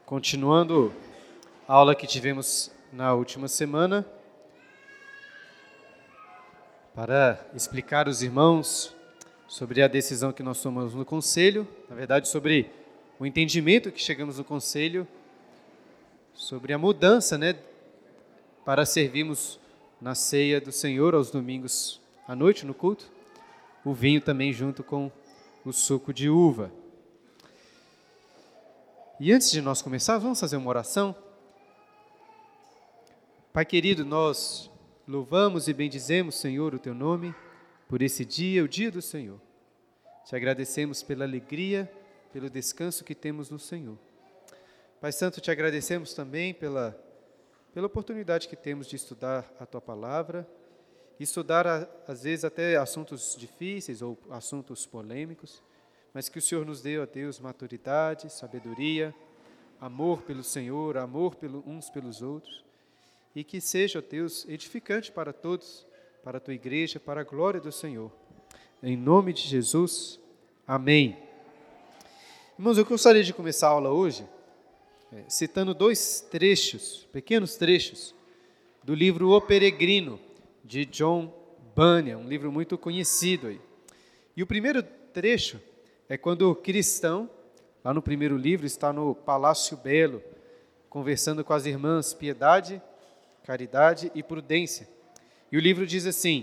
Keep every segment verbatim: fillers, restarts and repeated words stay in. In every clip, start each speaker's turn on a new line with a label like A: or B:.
A: Continuando a aula que tivemos na última semana, para explicar aos irmãos sobre a decisão que nós tomamos no conselho, na verdade sobre o entendimento que chegamos no conselho, sobre a mudança, né, para servirmos na ceia do Senhor aos domingos à noite no culto, o vinho também junto com o suco de uva. E antes de nós começar, vamos fazer uma oração? Pai querido, nós louvamos e bendizemos, Senhor, o Teu nome, por esse dia, o dia do Senhor. Te agradecemos pela alegria, pelo descanso que temos no Senhor. Pai Santo, te agradecemos também pela, pela oportunidade que temos de estudar a Tua Palavra, estudar, às vezes, até assuntos difíceis ou assuntos polêmicos, mas que o Senhor nos dê, ó Deus, maturidade, sabedoria, amor pelo Senhor, amor pelo, uns pelos outros, e que seja, ó Deus, edificante para todos, para a Tua igreja, para a glória do Senhor. Em nome de Jesus, amém. Irmãos, eu gostaria de começar a aula hoje é, citando dois trechos, pequenos trechos, do livro O Peregrino, de John Bunyan, um livro muito conhecido aí. E o primeiro trecho é quando o cristão, lá no primeiro livro, está no Palácio Belo, conversando com as irmãs Piedade, Caridade e Prudência. E o livro diz assim: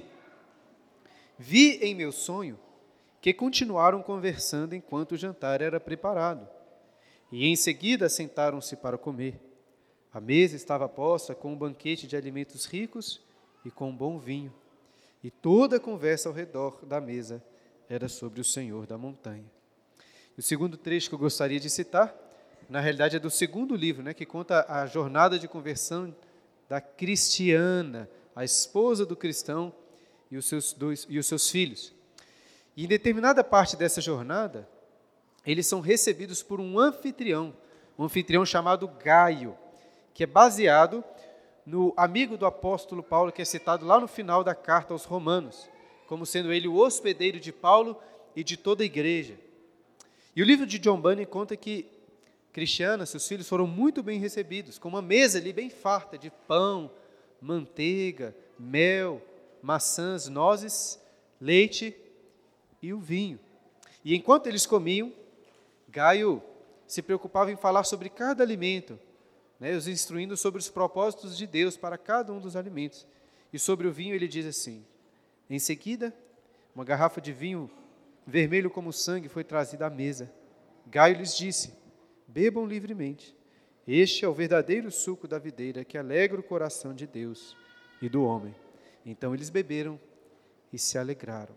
A: vi em meu sonho que continuaram conversando enquanto o jantar era preparado, e em seguida sentaram-se para comer. A mesa estava posta com um banquete de alimentos ricos e com um bom vinho, e toda a conversa ao redor da mesa era sobre o Senhor da montanha. O segundo trecho que eu gostaria de citar, na realidade é do segundo livro, né, que conta a jornada de conversão da cristiana, a esposa do cristão e os seus, dois, e os seus filhos. E em determinada parte dessa jornada, eles são recebidos por um anfitrião, um anfitrião chamado Gaio, que é baseado no amigo do apóstolo Paulo, que é citado lá no final da carta aos Romanos, como sendo ele o hospedeiro de Paulo e de toda a igreja. E o livro de John Bunyan conta que Cristiana, seus filhos, foram muito bem recebidos, com uma mesa ali bem farta de pão, manteiga, mel, maçãs, nozes, leite e o vinho. E enquanto eles comiam, Gaio se preocupava em falar sobre cada alimento, né, os instruindo sobre os propósitos de Deus para cada um dos alimentos. E sobre o vinho ele diz assim: em seguida, uma garrafa de vinho vermelho como sangue foi trazida à mesa. Gaio lhes disse: bebam livremente. Este é o verdadeiro suco da videira que alegra o coração de Deus e do homem. Então eles beberam e se alegraram.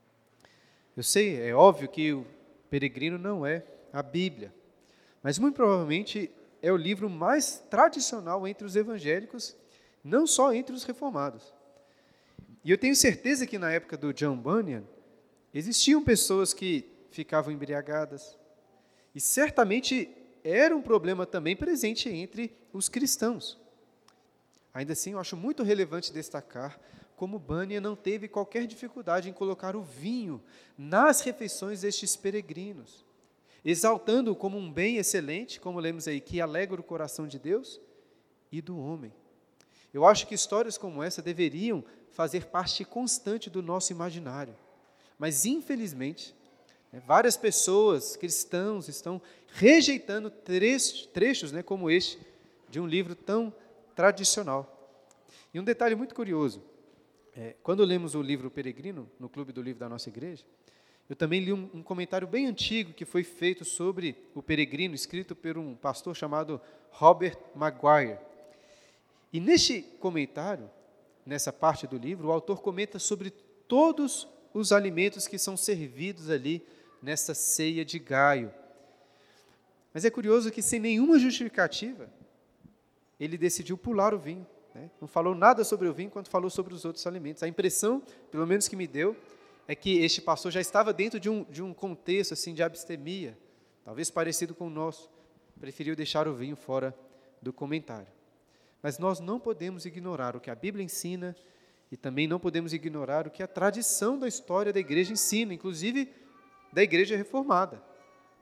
A: Eu sei, é óbvio que o Peregrino não é a Bíblia, mas muito provavelmente é o livro mais tradicional entre os evangélicos, não só entre os reformados. E eu tenho certeza que na época do John Bunyan, existiam pessoas que ficavam embriagadas, e certamente era um problema também presente entre os cristãos. Ainda assim, eu acho muito relevante destacar como Bunyan não teve qualquer dificuldade em colocar o vinho nas refeições destes peregrinos, exaltando-o como um bem excelente, como lemos aí, que alegra o coração de Deus e do homem. Eu acho que histórias como essa deveriam fazer parte constante do nosso imaginário. Mas, infelizmente, né, várias pessoas, cristãos, estão rejeitando trechos, trechos né, como este, de um livro tão tradicional. E um detalhe muito curioso, é, quando lemos o livro Peregrino, no Clube do Livro da nossa igreja, eu também li um, um comentário bem antigo que foi feito sobre o Peregrino, escrito por um pastor chamado Robert Maguire. E neste comentário, nessa parte do livro, o autor comenta sobre todos os alimentos que são servidos ali nessa ceia de Gaio. Mas é curioso que, sem nenhuma justificativa, ele decidiu pular o vinho, né? Não falou nada sobre o vinho, enquanto falou sobre os outros alimentos. A impressão, pelo menos que me deu, é que este pastor já estava dentro de um, de um contexto assim, de abstemia, talvez parecido com o nosso, preferiu deixar o vinho fora do comentário. Mas nós não podemos ignorar o que a Bíblia ensina e também não podemos ignorar o que a tradição da história da igreja ensina, inclusive da igreja reformada.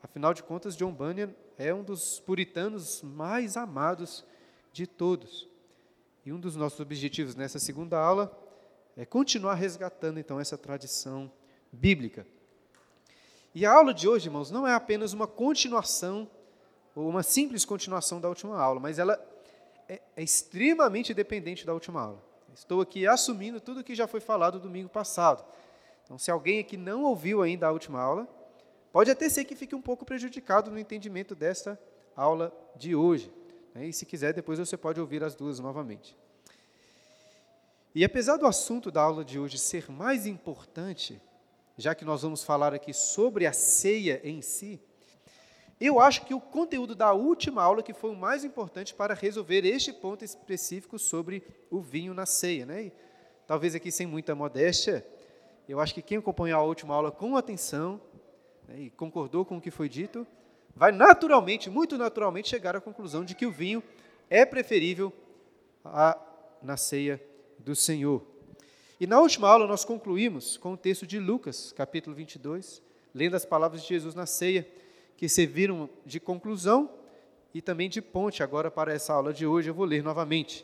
A: Afinal de contas, John Bunyan é um dos puritanos mais amados de todos. E um dos nossos objetivos nessa segunda aula é continuar resgatando, então, essa tradição bíblica. E a aula de hoje, irmãos, não é apenas uma continuação, ou uma simples continuação da última aula, mas ela é, é extremamente dependente da última aula. Estou aqui assumindo tudo o que já foi falado domingo passado. Então, se alguém aqui não ouviu ainda a última aula, pode até ser que fique um pouco prejudicado no entendimento desta aula de hoje. E se quiser, depois você pode ouvir as duas novamente. E apesar do assunto da aula de hoje ser mais importante, já que nós vamos falar aqui sobre a ceia em si, eu acho que o conteúdo da última aula que foi o mais importante para resolver este ponto específico sobre o vinho na ceia. Né? E, talvez aqui sem muita modéstia, eu acho que quem acompanhou a última aula com atenção, né, e concordou com o que foi dito, vai naturalmente, muito naturalmente, chegar à conclusão de que o vinho é preferível a, na ceia do Senhor. E na última aula nós concluímos com o texto de Lucas, capítulo vinte e dois, lendo as palavras de Jesus na ceia, que serviram de conclusão e também de ponte agora para essa aula de hoje. Eu vou ler novamente.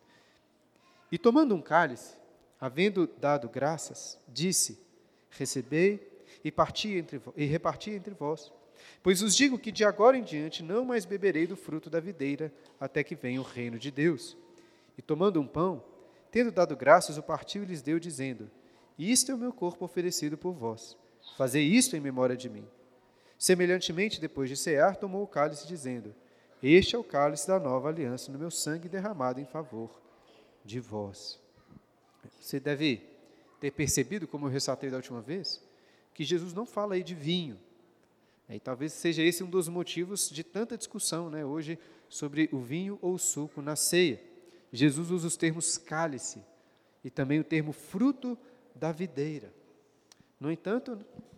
A: E tomando um cálice, havendo dado graças, disse: recebei e, parti entre, e reparti entre vós, pois vos digo que de agora em diante não mais beberei do fruto da videira, até que venha o reino de Deus. E tomando um pão, tendo dado graças, o partiu e lhes deu, dizendo: isto é o meu corpo oferecido por vós, fazei isto em memória de mim. Semelhantemente, depois de cear, tomou o cálice, dizendo: este é o cálice da nova aliança no meu sangue derramado em favor de vós. Você deve ter percebido, como eu ressaltei da última vez, que Jesus não fala aí de vinho. E talvez seja esse um dos motivos de tanta discussão, né, hoje sobre o vinho ou o suco na ceia. Jesus usa os termos cálice e também o termo fruto da videira. No entanto,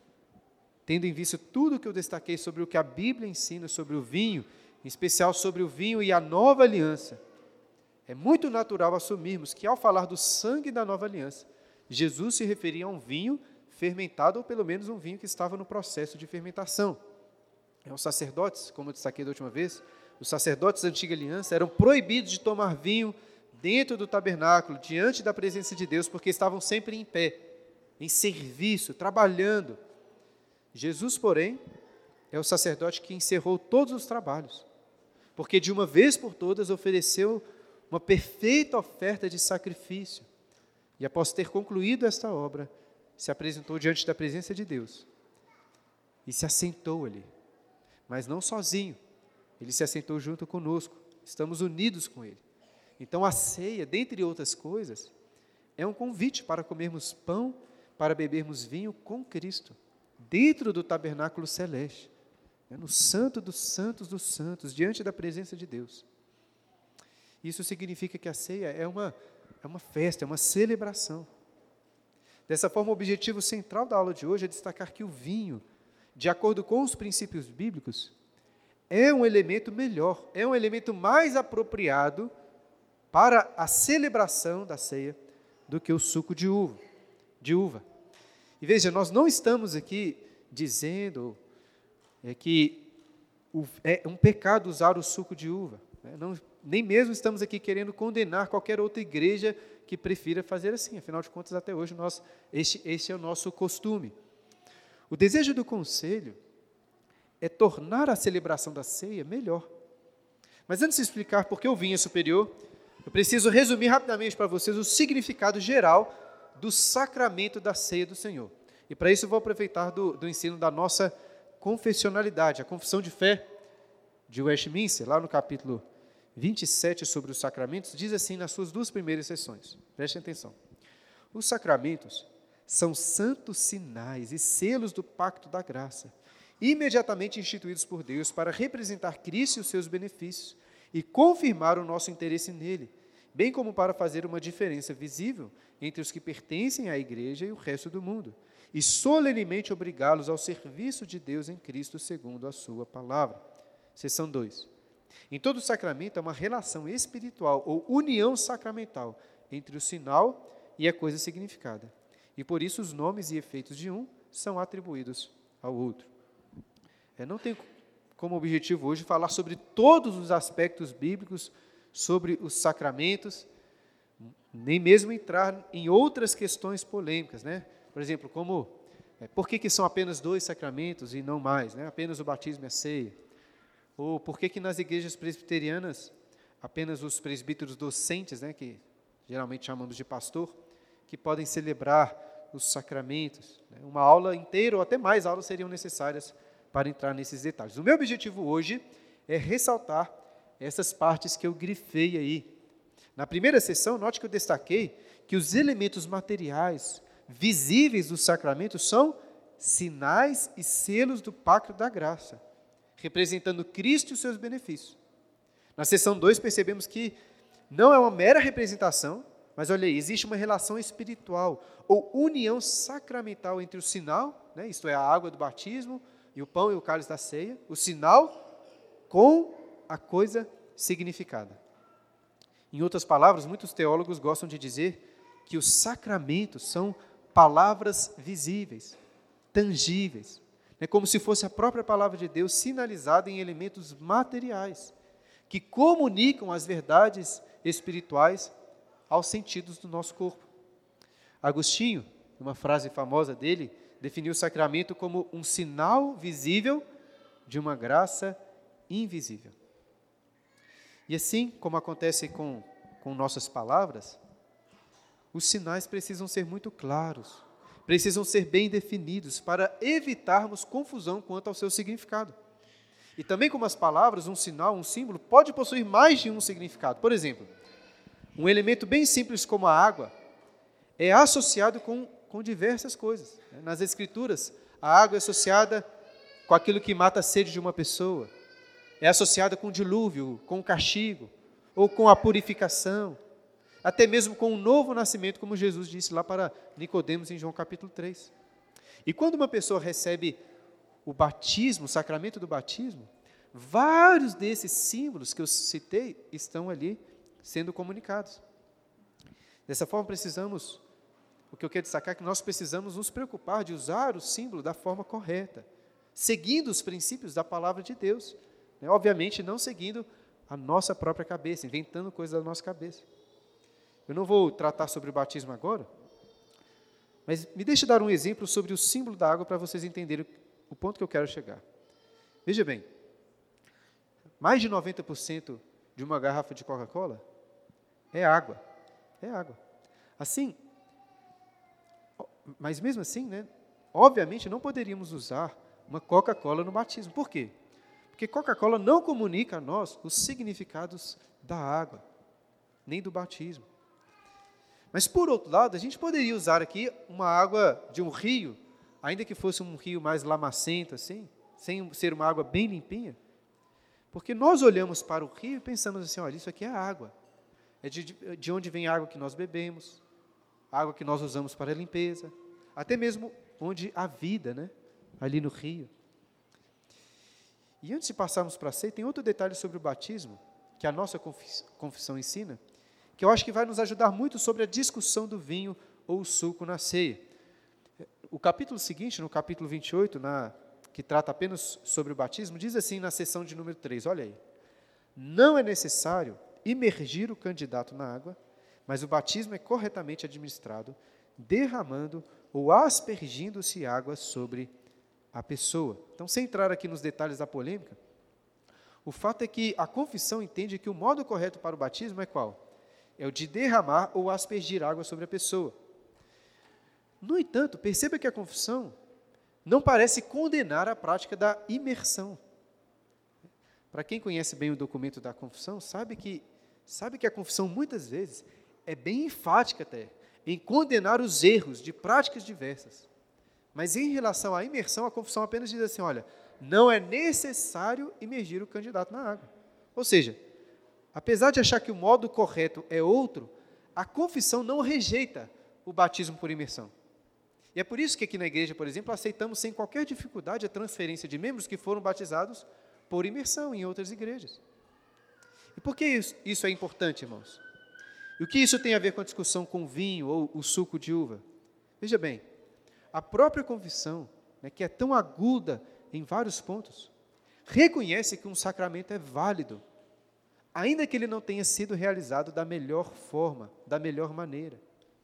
A: tendo em vista tudo que eu destaquei sobre o que a Bíblia ensina sobre o vinho, em especial sobre o vinho e a nova aliança, é muito natural assumirmos que, ao falar do sangue da nova aliança, Jesus se referia a um vinho fermentado, ou pelo menos um vinho que estava no processo de fermentação. Os sacerdotes, como eu destaquei da última vez, os sacerdotes da antiga aliança eram proibidos de tomar vinho dentro do tabernáculo, diante da presença de Deus, porque estavam sempre em pé, em serviço, trabalhando. Jesus, porém, é o sacerdote que encerrou todos os trabalhos, porque de uma vez por todas ofereceu uma perfeita oferta de sacrifício, e após ter concluído esta obra, se apresentou diante da presença de Deus, e se assentou ali, mas não sozinho, ele se assentou junto conosco, estamos unidos com ele. Então a ceia, dentre outras coisas, é um convite para comermos pão, para bebermos vinho com Cristo, dentro do tabernáculo celeste, né, no santo dos santos dos santos, diante da presença de Deus. Isso significa que a ceia é uma, é uma festa, é uma celebração. Dessa forma, o objetivo central da aula de hoje é destacar que o vinho, de acordo com os princípios bíblicos, é um elemento melhor, é um elemento mais apropriado para a celebração da ceia do que o suco de uva. De uva. E veja, nós não estamos aqui dizendo é, que o, é um pecado usar o suco de uva. Né? Não, nem mesmo estamos aqui querendo condenar qualquer outra igreja que prefira fazer assim. Afinal de contas, até hoje, nós, este, este é o nosso costume. O desejo do conselho é tornar a celebração da ceia melhor. Mas antes de explicar por que o vinho é superior, eu preciso resumir rapidamente para vocês o significado geral do sacramento da ceia do Senhor. E para isso eu vou aproveitar do, do ensino da nossa confessionalidade, a confissão de fé de Westminster, lá no capítulo vinte e sete sobre os sacramentos, diz assim nas suas duas primeiras sessões. Prestem atenção. Os sacramentos são santos sinais e selos do pacto da graça, imediatamente instituídos por Deus para representar Cristo e os seus benefícios e confirmar o nosso interesse nele, bem como para fazer uma diferença visível entre os que pertencem à igreja e o resto do mundo, e solenemente obrigá-los ao serviço de Deus em Cristo segundo a sua palavra. Seção dois. Em todo sacramento há uma relação espiritual ou união sacramental entre o sinal e a coisa significada, e por isso os nomes e efeitos de um são atribuídos ao outro. Eu não tenho como objetivo hoje falar sobre todos os aspectos bíblicos, sobre os sacramentos, nem mesmo entrar em outras questões polêmicas, né? Por exemplo, como, é, por que, que são apenas dois sacramentos e não mais, né? Apenas o batismo e a ceia? Ou por que, que nas igrejas presbiterianas, apenas os presbíteros docentes, né, que geralmente chamamos de pastor, que podem celebrar os sacramentos, né? Uma aula inteira ou até mais aulas seriam necessárias para entrar nesses detalhes. O meu objetivo hoje é ressaltar essas partes que eu grifei aí. Na primeira sessão, note que eu destaquei que os elementos materiais visíveis do sacramento são sinais e selos do pacto da graça, representando Cristo e os seus benefícios. Na sessão dois, percebemos que não é uma mera representação, mas olha aí, existe uma relação espiritual ou união sacramental entre o sinal, né, isto é, a água do batismo, e o pão e o cálice da ceia, o sinal com a coisa significada. Em outras palavras, muitos teólogos gostam de dizer que os sacramentos são palavras visíveis, tangíveis, né, como se fosse a própria palavra de Deus sinalizada em elementos materiais, que comunicam as verdades espirituais aos sentidos do nosso corpo. Agostinho, uma frase famosa dele, definiu o sacramento como um sinal visível de uma graça invisível. E assim como acontece com, com nossas palavras, os sinais precisam ser muito claros, precisam ser bem definidos para evitarmos confusão quanto ao seu significado. E também como as palavras, um sinal, um símbolo, pode possuir mais de um significado. Por exemplo, um elemento bem simples como a água é associado com, com diversas coisas. Nas Escrituras, a água é associada com aquilo que mata a sede de uma pessoa, é associada com o dilúvio, com o castigo, ou com a purificação, até mesmo com o novo nascimento, como Jesus disse lá para Nicodemos em João capítulo três. E quando uma pessoa recebe o batismo, o sacramento do batismo, vários desses símbolos que eu citei estão ali sendo comunicados. Dessa forma, precisamos, o que eu quero destacar é que nós precisamos nos preocupar de usar o símbolo da forma correta, seguindo os princípios da palavra de Deus, né? Obviamente não seguindo a nossa própria cabeça, inventando coisas da nossa cabeça. Eu não vou tratar sobre o batismo agora, mas me deixe dar um exemplo sobre o símbolo da água para vocês entenderem o ponto que eu quero chegar. Veja bem, mais de noventa por cento de uma garrafa de Coca-Cola é água, é água. Assim, mas mesmo assim, né, obviamente não poderíamos usar uma Coca-Cola no batismo. Por quê? Porque Coca-Cola não comunica a nós os significados da água, nem do batismo. Mas, por outro lado, a gente poderia usar aqui uma água de um rio, ainda que fosse um rio mais lamacento, assim, sem ser uma água bem limpinha, porque nós olhamos para o rio e pensamos assim, olha, isso aqui é água, é de, de onde vem a água que nós bebemos, a água que nós usamos para a limpeza, até mesmo onde há vida, né, ali no rio. E antes de passarmos para a ceia, tem outro detalhe sobre o batismo, que a nossa confissão ensina, que eu acho que vai nos ajudar muito sobre a discussão do vinho ou o suco na ceia. O capítulo seguinte, no capítulo vinte e oito, na, que trata apenas sobre o batismo, diz assim na seção de número três, olha aí. Não é necessário imergir o candidato na água, mas o batismo é corretamente administrado, derramando ou aspergindo-se água sobre a pessoa. Então, sem entrar aqui nos detalhes da polêmica, o fato é que a confissão entende que o modo correto para o batismo é qual? É o de derramar ou aspergir água sobre a pessoa. No entanto, perceba que a confissão não parece condenar a prática da imersão. Para quem conhece bem o documento da confissão, sabe que, sabe que a confissão muitas vezes é bem enfática até, em condenar os erros de práticas diversas. Mas em relação à imersão, a confissão apenas diz assim, olha, não é necessário imergir o candidato na água. Ou seja, apesar de achar que o modo correto é outro, a confissão não rejeita o batismo por imersão. E é por isso que aqui na igreja, por exemplo, aceitamos sem qualquer dificuldade a transferência de membros que foram batizados por imersão em outras igrejas. E por que isso, isso é importante, irmãos? E o que isso tem a ver com a discussão com o vinho ou o suco de uva? Veja bem, a própria confissão, né, que é tão aguda em vários pontos, reconhece que um sacramento é válido, ainda que ele não tenha sido realizado da melhor forma, da melhor maneira.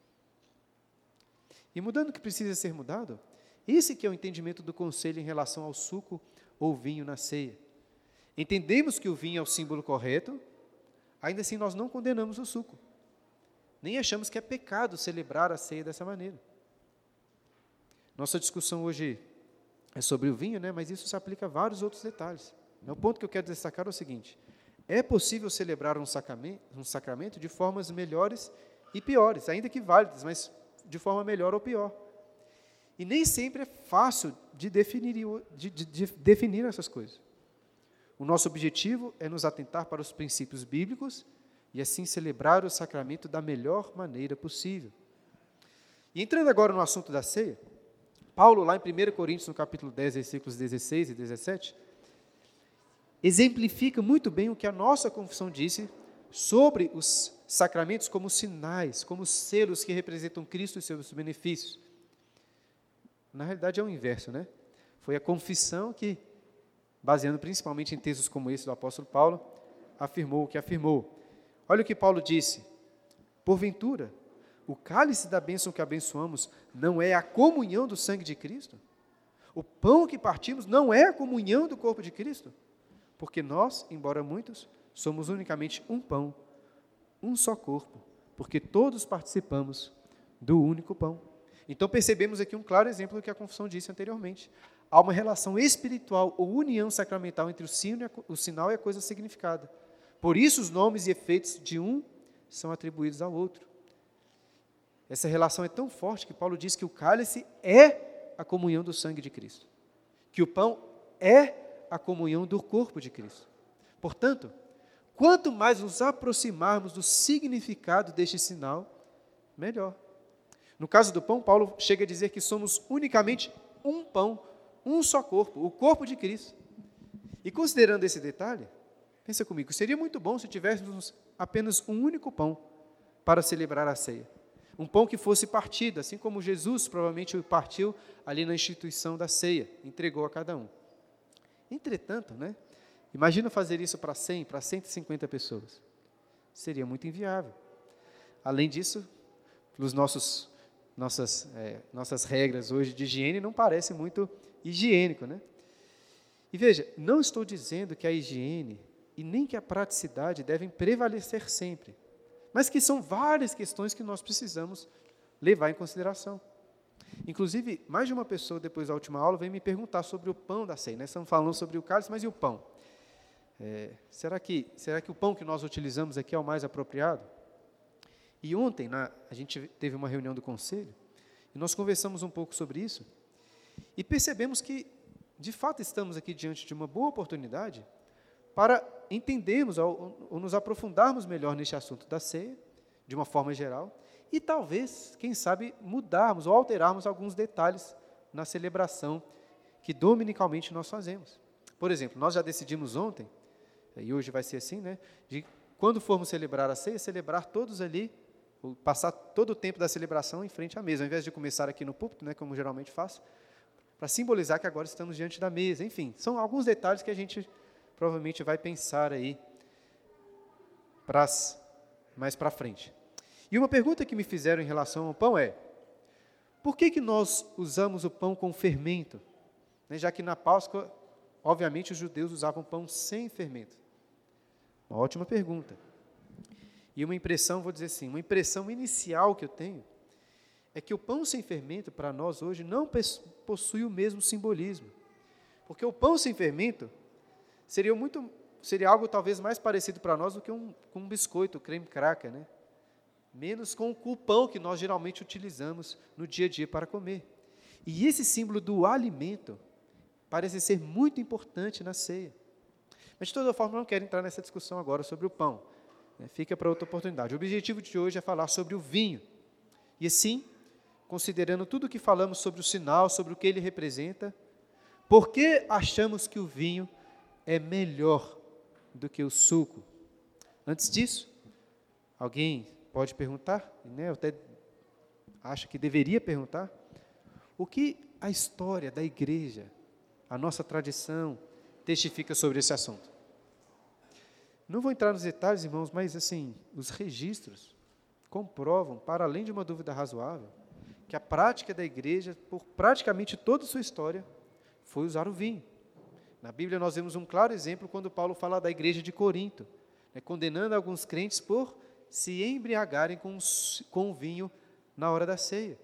A: E mudando o que precisa ser mudado, esse que é o entendimento do conselho em relação ao suco ou vinho na ceia. Entendemos que o vinho é o símbolo correto, ainda assim nós não condenamos o suco. Nem achamos que é pecado celebrar a ceia dessa maneira. Nossa discussão hoje é sobre o vinho, né? Mas isso se aplica a vários outros detalhes. O ponto que eu quero destacar é o seguinte: é possível celebrar um sacramento, um sacramento de formas melhores e piores, ainda que válidas, mas de forma melhor ou pior. E nem sempre é fácil de definir, de, de, de definir essas coisas. O nosso objetivo é nos atentar para os princípios bíblicos e assim celebrar o sacramento da melhor maneira possível. E entrando agora no assunto da ceia, Paulo, lá em primeira Coríntios, no capítulo dez, versículos dezesseis e dezessete, exemplifica muito bem o que a nossa confissão disse sobre os sacramentos como sinais, como selos que representam Cristo e seus benefícios. Na realidade é o inverso, né? Foi a confissão que, baseando principalmente em textos como esse do apóstolo Paulo, afirmou o que afirmou. Olha o que Paulo disse: porventura, o cálice da bênção que abençoamos não é a comunhão do sangue de Cristo? O pão que partimos não é a comunhão do corpo de Cristo? Porque nós, embora muitos, somos unicamente um pão, um só corpo, porque todos participamos do único pão. Então percebemos aqui um claro exemplo do que a confissão disse anteriormente. Há uma relação espiritual ou união sacramental entre o, sino e a, o sinal e a coisa significada. Por isso os nomes e efeitos de um são atribuídos ao outro. Essa relação é tão forte que Paulo diz que o cálice é a comunhão do sangue de Cristo, que o pão é a comunhão do corpo de Cristo. Portanto, quanto mais nos aproximarmos do significado deste sinal, melhor. No caso do pão, Paulo chega a dizer que somos unicamente um pão, um só corpo, o corpo de Cristo. E considerando esse detalhe, pensa comigo, seria muito bom se tivéssemos apenas um único pão para celebrar a ceia. Um pão que fosse partido, assim como Jesus provavelmente o partiu ali na instituição da ceia, entregou a cada um. Entretanto, né, imagina fazer isso para cem, para cento e cinquenta pessoas. Seria muito inviável. Além disso, os nossos Nossas, é, nossas regras hoje de higiene não parecem muito higiênico, né? E veja, não estou dizendo que a higiene e nem que a praticidade devem prevalecer sempre, mas que são várias questões que nós precisamos levar em consideração. Inclusive, mais de uma pessoa, depois da última aula, veio me perguntar sobre o pão da ceia, né? Estamos falando sobre o cálice, mas e o pão? É, será que, será que o pão que nós utilizamos aqui é o mais apropriado? E ontem, na, a gente teve uma reunião do conselho, e nós conversamos um pouco sobre isso, e percebemos que, de fato, estamos aqui diante de uma boa oportunidade para entendermos ou, ou nos aprofundarmos melhor neste assunto da ceia, de uma forma geral, e talvez, quem sabe, mudarmos ou alterarmos alguns detalhes na celebração que dominicalmente nós fazemos. Por exemplo, nós já decidimos ontem, e hoje vai ser assim, né, de quando formos celebrar a ceia, celebrar todos ali, ou passar todo o tempo da celebração em frente à mesa, ao invés de começar aqui no púlpito, né, como geralmente faço, para simbolizar que agora estamos diante da mesa. Enfim, são alguns detalhes que a gente provavelmente vai pensar aí pras, mais para frente. E uma pergunta que me fizeram em relação ao pão é: por que que nós usamos o pão com fermento? Né, já que na Páscoa, obviamente, os judeus usavam pão sem fermento. Uma ótima pergunta. E uma impressão, vou dizer assim, uma impressão inicial que eu tenho é que o pão sem fermento, para nós hoje, não possui o mesmo simbolismo. Porque o pão sem fermento seria, muito, seria algo talvez mais parecido para nós do que um, com um biscoito, creme cracker, né? Menos com o pão que nós geralmente utilizamos no dia a dia para comer. E esse símbolo do alimento parece ser muito importante na ceia. Mas, de toda forma, eu não quero entrar nessa discussão agora sobre o pão. Fica para outra oportunidade. O objetivo de hoje é falar sobre o vinho. E assim, considerando tudo o que falamos sobre o sinal, sobre o que ele representa, por que achamos que o vinho é melhor do que o suco? Antes disso, alguém pode perguntar, né? Eu até acho que deveria perguntar, o que a história da igreja a nossa tradição testifica sobre esse assunto. Não vou entrar nos detalhes, irmãos, mas assim, os registros comprovam, para além de uma dúvida razoável, que a prática da igreja, por praticamente toda a sua história, foi usar o vinho. Na Bíblia nós vemos um claro exemplo quando Paulo fala da igreja de Corinto, né, condenando alguns crentes por se embriagarem com, com o vinho na hora da ceia.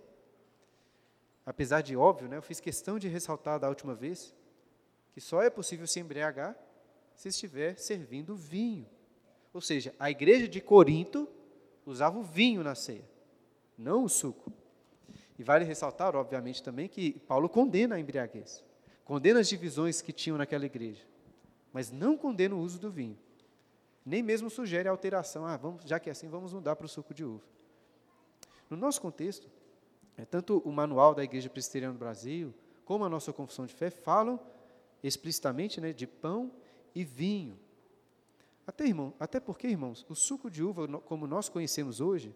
A: Apesar de óbvio, né, eu fiz questão de ressaltar da última vez, que só é possível se embriagar se estiver servindo vinho. Ou seja, a igreja de Corinto usava o vinho na ceia, não o suco. E vale ressaltar, obviamente, também que Paulo condena a embriaguez, condena as divisões que tinham naquela igreja, mas não condena o uso do vinho. Nem mesmo sugere a alteração, ah, vamos, já que é assim, vamos mudar para o suco de uva. No nosso contexto, é, tanto o manual da Igreja Presbiteriana do Brasil, como a nossa confissão de fé, falam explicitamente, né, de pão e vinho. Até, irmão, até porque, irmãos, o suco de uva, como nós conhecemos hoje,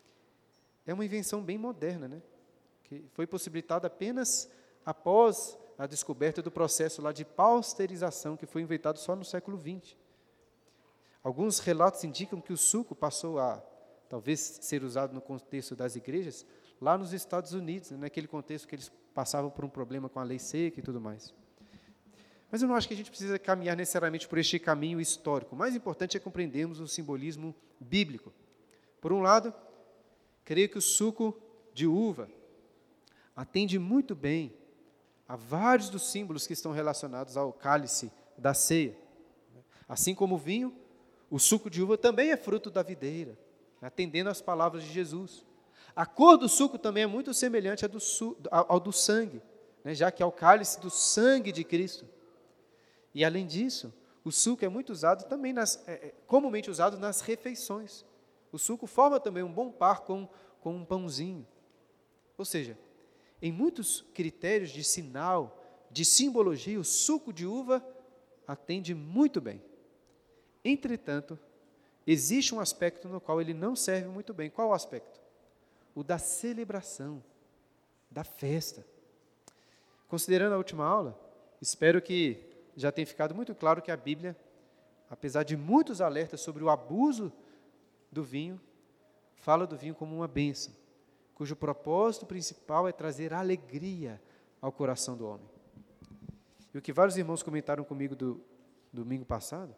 A: é uma invenção bem moderna, né, que foi possibilitada apenas após a descoberta do processo lá de pasteurização, que foi inventado só no século vinte. Alguns relatos indicam que o suco passou a, talvez, ser usado no contexto das igrejas, lá nos Estados Unidos, né, naquele contexto que eles passavam por um problema com a lei seca e tudo mais. Mas eu não acho que a gente precisa caminhar necessariamente por este caminho histórico. O mais importante é compreendermos o simbolismo bíblico. Por um lado, creio que o suco de uva atende muito bem a vários dos símbolos que estão relacionados ao cálice da ceia. Assim como o vinho, o suco de uva também é fruto da videira, atendendo às palavras de Jesus. A cor do suco também é muito semelhante ao do, su, ao, ao do sangue, né, já que é o cálice do sangue de Cristo. E, além disso, o suco é muito usado também, nas, é, comumente usado nas refeições. O suco forma também um bom par com, com um pãozinho. Ou seja, em muitos critérios de sinal, de simbologia, o suco de uva atende muito bem. Entretanto, existe um aspecto no qual ele não serve muito bem. Qual o aspecto? O da celebração, da festa. Considerando a última aula, espero que já tenha ficado muito claro que a Bíblia, apesar de muitos alertas sobre o abuso do vinho, fala do vinho como uma bênção, cujo propósito principal é trazer alegria ao coração do homem. E o que vários irmãos comentaram comigo do domingo passado,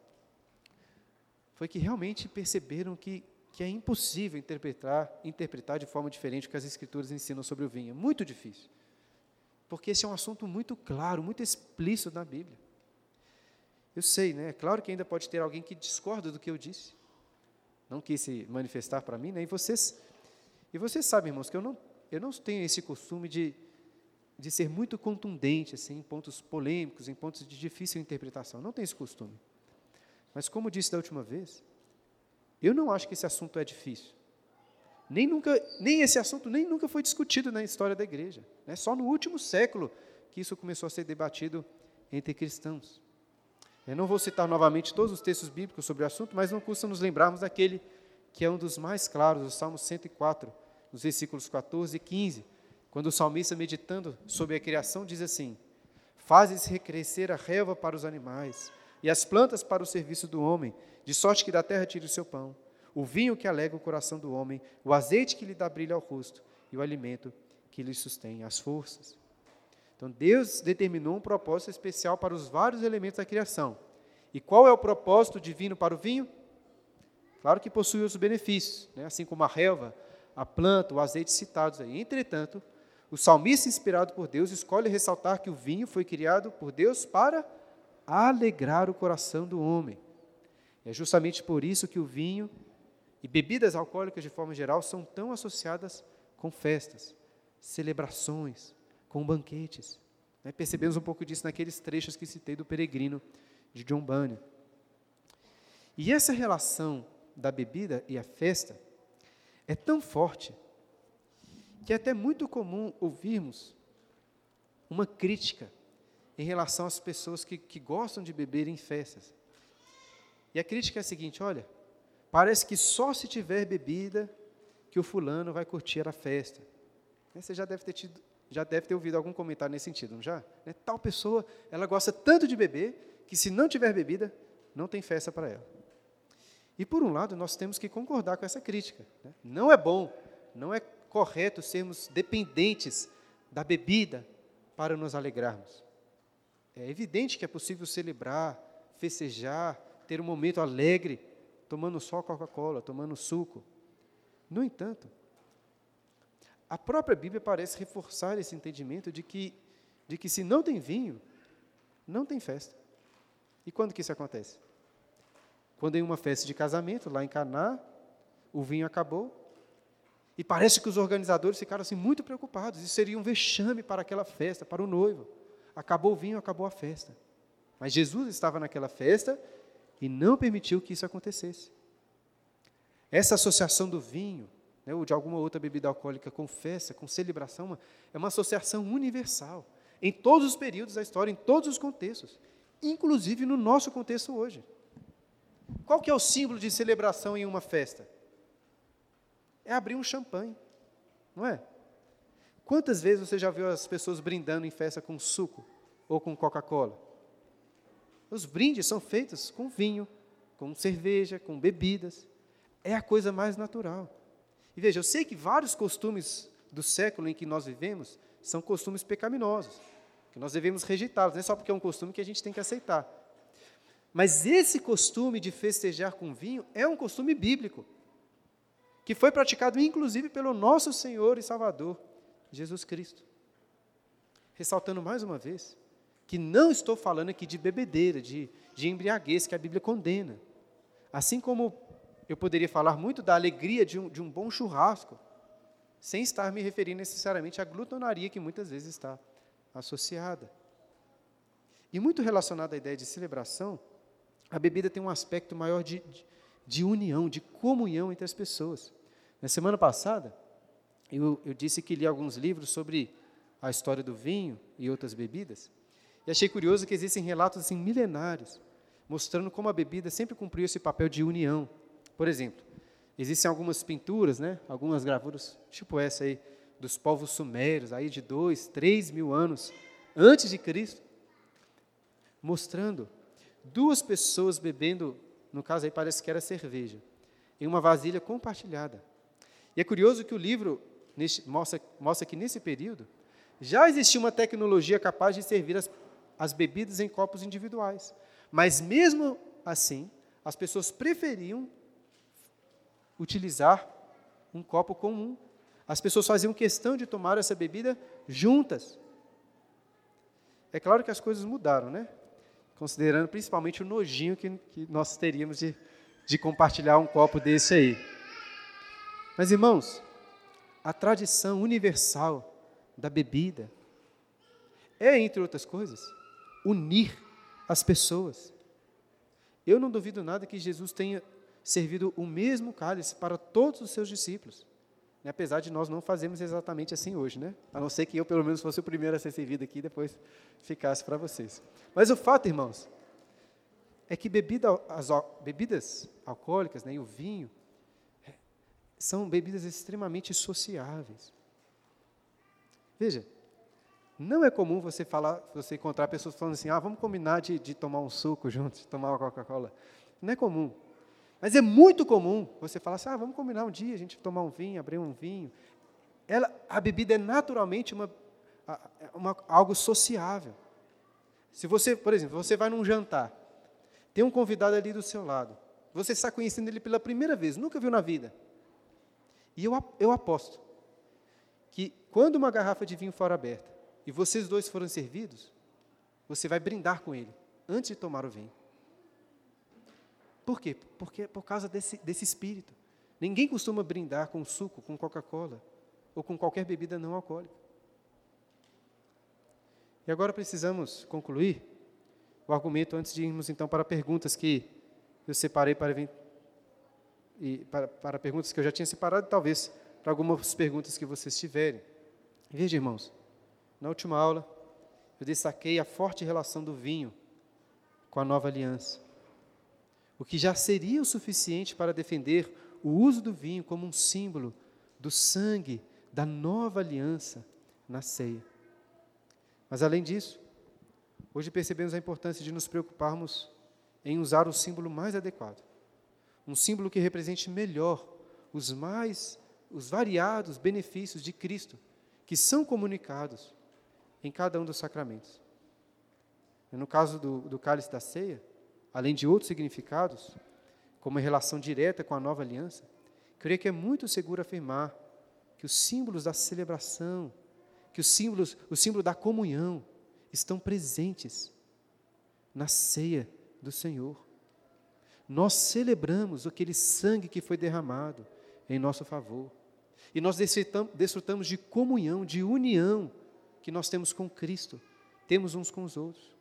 A: foi que realmente perceberam que, que é impossível interpretar, interpretar de forma diferente o que as Escrituras ensinam sobre o vinho. É muito difícil. Porque esse é um assunto muito claro, muito explícito na Bíblia. Eu sei, né? É claro que ainda pode ter alguém que discorda do que eu disse. Não quis se manifestar para mim, né? E vocês, e vocês sabem, irmãos, que eu não, eu não tenho esse costume de, de ser muito contundente, assim, em pontos polêmicos, em pontos de difícil interpretação. Não tenho esse costume. Mas, como disse da última vez, eu não acho que esse assunto é difícil. Nem, nunca, nem esse assunto nem nunca foi discutido na história da igreja. É só no último século que isso começou a ser debatido entre cristãos. Eu não vou citar novamente todos os textos bíblicos sobre o assunto, mas não custa nos lembrarmos daquele que é um dos mais claros, o Salmo cento e quatro, nos versículos quatorze e quinze, quando o salmista, meditando sobre a criação, diz assim: fazes recrescer a relva para os animais, e as plantas para o serviço do homem, de sorte que da terra tire o seu pão, o vinho que alega o coração do homem, o azeite que lhe dá brilho ao rosto, e o alimento que lhe sustém as forças. Então, Deus determinou um propósito especial para os vários elementos da criação. E qual é o propósito divino para o vinho? Claro que possui os benefícios, né? Assim como a relva, a planta, o azeite citados aí. Entretanto, o salmista, inspirado por Deus, escolhe ressaltar que o vinho foi criado por Deus para alegrar o coração do homem. É justamente por isso que o vinho e bebidas alcoólicas, de forma geral, são tão associadas com festas, celebrações, com banquetes. Né? Percebemos um pouco disso naqueles trechos que citei do Peregrino, de John Bunyan. E essa relação da bebida e a festa é tão forte que é até muito comum ouvirmos uma crítica em relação às pessoas que, que gostam de beber em festas. E a crítica é a seguinte: olha, parece que só se tiver bebida que o fulano vai curtir a festa. Você já deve ter tido já deve ter ouvido algum comentário nesse sentido, não já? Né? Tal pessoa, ela gosta tanto de beber, que se não tiver bebida, não tem festa para ela. E, por um lado, nós temos que concordar com essa crítica. Né? Não é bom, não é correto sermos dependentes da bebida para nos alegrarmos. É evidente que é possível celebrar, festejar, ter um momento alegre, tomando só Coca-Cola, tomando suco. No entanto, a própria Bíblia parece reforçar esse entendimento de que, de que se não tem vinho, não tem festa. E quando que isso acontece? Quando em uma festa de casamento, lá em Caná, o vinho acabou, e parece que os organizadores ficaram assim, muito preocupados, isso seria um vexame para aquela festa, para o noivo. Acabou o vinho, acabou a festa. Mas Jesus estava naquela festa e não permitiu que isso acontecesse. Essa associação do vinho, né, ou de alguma outra bebida alcoólica com festa, com celebração, é uma associação universal, em todos os períodos da história, em todos os contextos, inclusive no nosso contexto hoje. Qual que é o símbolo de celebração em uma festa? É abrir um champanhe, não é? Quantas vezes você já viu as pessoas brindando em festa com suco ou com Coca-Cola? Os brindes são feitos com vinho, com cerveja, com bebidas. É a coisa mais natural. E veja, eu sei que vários costumes do século em que nós vivemos são costumes pecaminosos, que nós devemos rejeitá-los, não é só porque é um costume que a gente tem que aceitar. Mas esse costume de festejar com vinho é um costume bíblico, que foi praticado inclusive pelo nosso Senhor e Salvador, Jesus Cristo. Ressaltando mais uma vez, que não estou falando aqui de bebedeira, de, de embriaguez, que a Bíblia condena. Assim como eu poderia falar muito da alegria de um, de um bom churrasco, sem estar me referindo necessariamente à glutonaria que muitas vezes está associada. E muito relacionado à ideia de celebração, a bebida tem um aspecto maior de, de, de união, de comunhão entre as pessoas. Na semana passada, eu, eu disse que li alguns livros sobre a história do vinho e outras bebidas, e achei curioso que existem relatos assim, milenários, mostrando como a bebida sempre cumpriu esse papel de união. Por exemplo, existem algumas pinturas, né, algumas gravuras, tipo essa aí, dos povos sumérios, aí de dois, três mil anos antes de Cristo, mostrando duas pessoas bebendo, no caso aí parece que era cerveja, em uma vasilha compartilhada. E é curioso que o livro neste, mostra, mostra que nesse período já existia uma tecnologia capaz de servir as, as bebidas em copos individuais. Mas mesmo assim, as pessoas preferiam utilizar um copo comum. As pessoas faziam questão de tomar essa bebida juntas. É claro que as coisas mudaram, né? Considerando principalmente o nojinho que, que nós teríamos de, de compartilhar um copo desse aí. Mas, irmãos, a tradição universal da bebida é, entre outras coisas, unir as pessoas. Eu não duvido nada que Jesus tenha servido o mesmo cálice para todos os seus discípulos, né? Apesar de nós não fazermos exatamente assim hoje, né? A não ser que eu, pelo menos, fosse o primeiro a ser servido aqui e depois ficasse para vocês. Mas o fato, irmãos, é que bebida, as bebidas alcoólicas, né, e o vinho, são bebidas extremamente sociáveis. Veja, não é comum você falar, você encontrar pessoas falando assim, ah, vamos combinar de, de tomar um suco juntos, de tomar uma Coca-Cola. Não é comum. Mas é muito comum você falar assim, ah, vamos combinar um dia, a gente tomar um vinho, abrir um vinho. Ela, a bebida é naturalmente uma, uma, algo sociável. Se você, por exemplo, você vai num jantar, tem um convidado ali do seu lado, você está conhecendo ele pela primeira vez, nunca viu na vida. E eu, eu aposto que quando uma garrafa de vinho for aberta e vocês dois forem servidos, você vai brindar com ele antes de tomar o vinho. Por quê? Porque é por causa desse, desse espírito. Ninguém costuma brindar com suco, com Coca-Cola ou com qualquer bebida não alcoólica. E agora precisamos concluir o argumento antes de irmos então para perguntas que eu separei para vir e para, para perguntas que eu já tinha separado, e talvez para algumas perguntas que vocês tiverem. Veja, irmãos, na última aula, eu destaquei a forte relação do vinho com a nova aliança, o que já seria o suficiente para defender o uso do vinho como um símbolo do sangue da nova aliança, na ceia. Mas, além disso, hoje percebemos a importância de nos preocuparmos em usar o símbolo mais adequado. Um símbolo que represente melhor os mais, os variados benefícios de Cristo, que são comunicados em cada um dos sacramentos. No caso do, do cálice da ceia, além de outros significados, como a relação direta com a nova aliança, creio que é muito seguro afirmar que os símbolos da celebração, que os símbolos, o símbolo da comunhão, estão presentes na ceia do Senhor. Nós celebramos aquele sangue que foi derramado em nosso favor. E nós desfrutamos, desfrutamos de comunhão, de união que nós temos com Cristo, temos uns com os outros.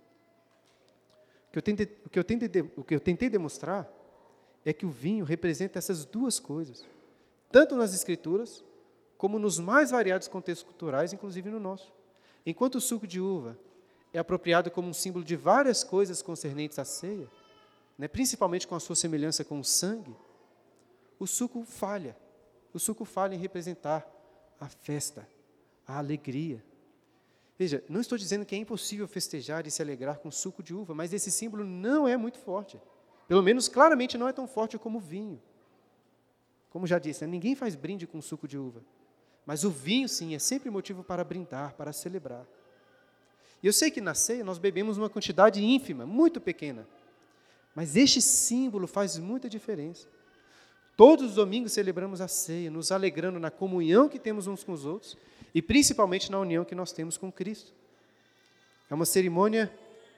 A: O que eu tentei, o que eu tentei, o que eu tentei demonstrar é que o vinho representa essas duas coisas, tanto nas Escrituras, como nos mais variados contextos culturais, inclusive no nosso. Enquanto o suco de uva é apropriado como um símbolo de várias coisas concernentes à ceia, né, principalmente com a sua semelhança com o sangue, o suco falha. O suco falha em representar a festa, a alegria. Veja, não estou dizendo que é impossível festejar e se alegrar com suco de uva, mas esse símbolo não é muito forte. Pelo menos, claramente, não é tão forte como o vinho. Como já disse, né, ninguém faz brinde com suco de uva. Mas o vinho, sim, é sempre motivo para brindar, para celebrar. E eu sei que na ceia nós bebemos uma quantidade ínfima, muito pequena. Mas este símbolo faz muita diferença. Todos os domingos celebramos a ceia, nos alegrando na comunhão que temos uns com os outros e principalmente na união que nós temos com Cristo. É uma cerimônia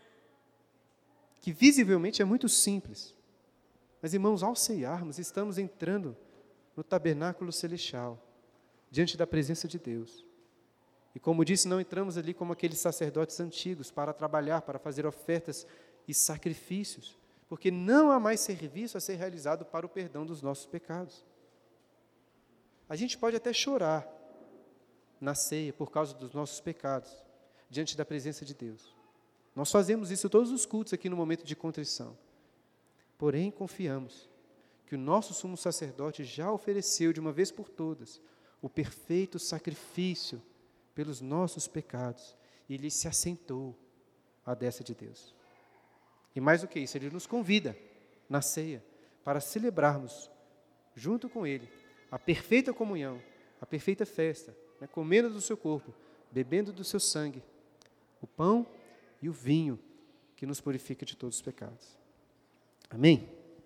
A: que visivelmente é muito simples. Mas, irmãos, ao ceiarmos, estamos entrando no tabernáculo celestial, diante da presença de Deus. E como disse, não entramos ali como aqueles sacerdotes antigos para trabalhar, para fazer ofertas e sacrifícios, porque não há mais serviço a ser realizado para o perdão dos nossos pecados. A gente pode até chorar na ceia por causa dos nossos pecados, diante da presença de Deus. Nós fazemos isso todos os cultos aqui no momento de contrição. Porém, confiamos que o nosso sumo sacerdote já ofereceu de uma vez por todas o perfeito sacrifício pelos nossos pecados, e Ele se assentou à destra de Deus. E mais do que isso, Ele nos convida na ceia para celebrarmos junto com Ele a perfeita comunhão, a perfeita festa, né, comendo do seu corpo, bebendo do seu sangue, o pão e o vinho que nos purifica de todos os pecados. Amém?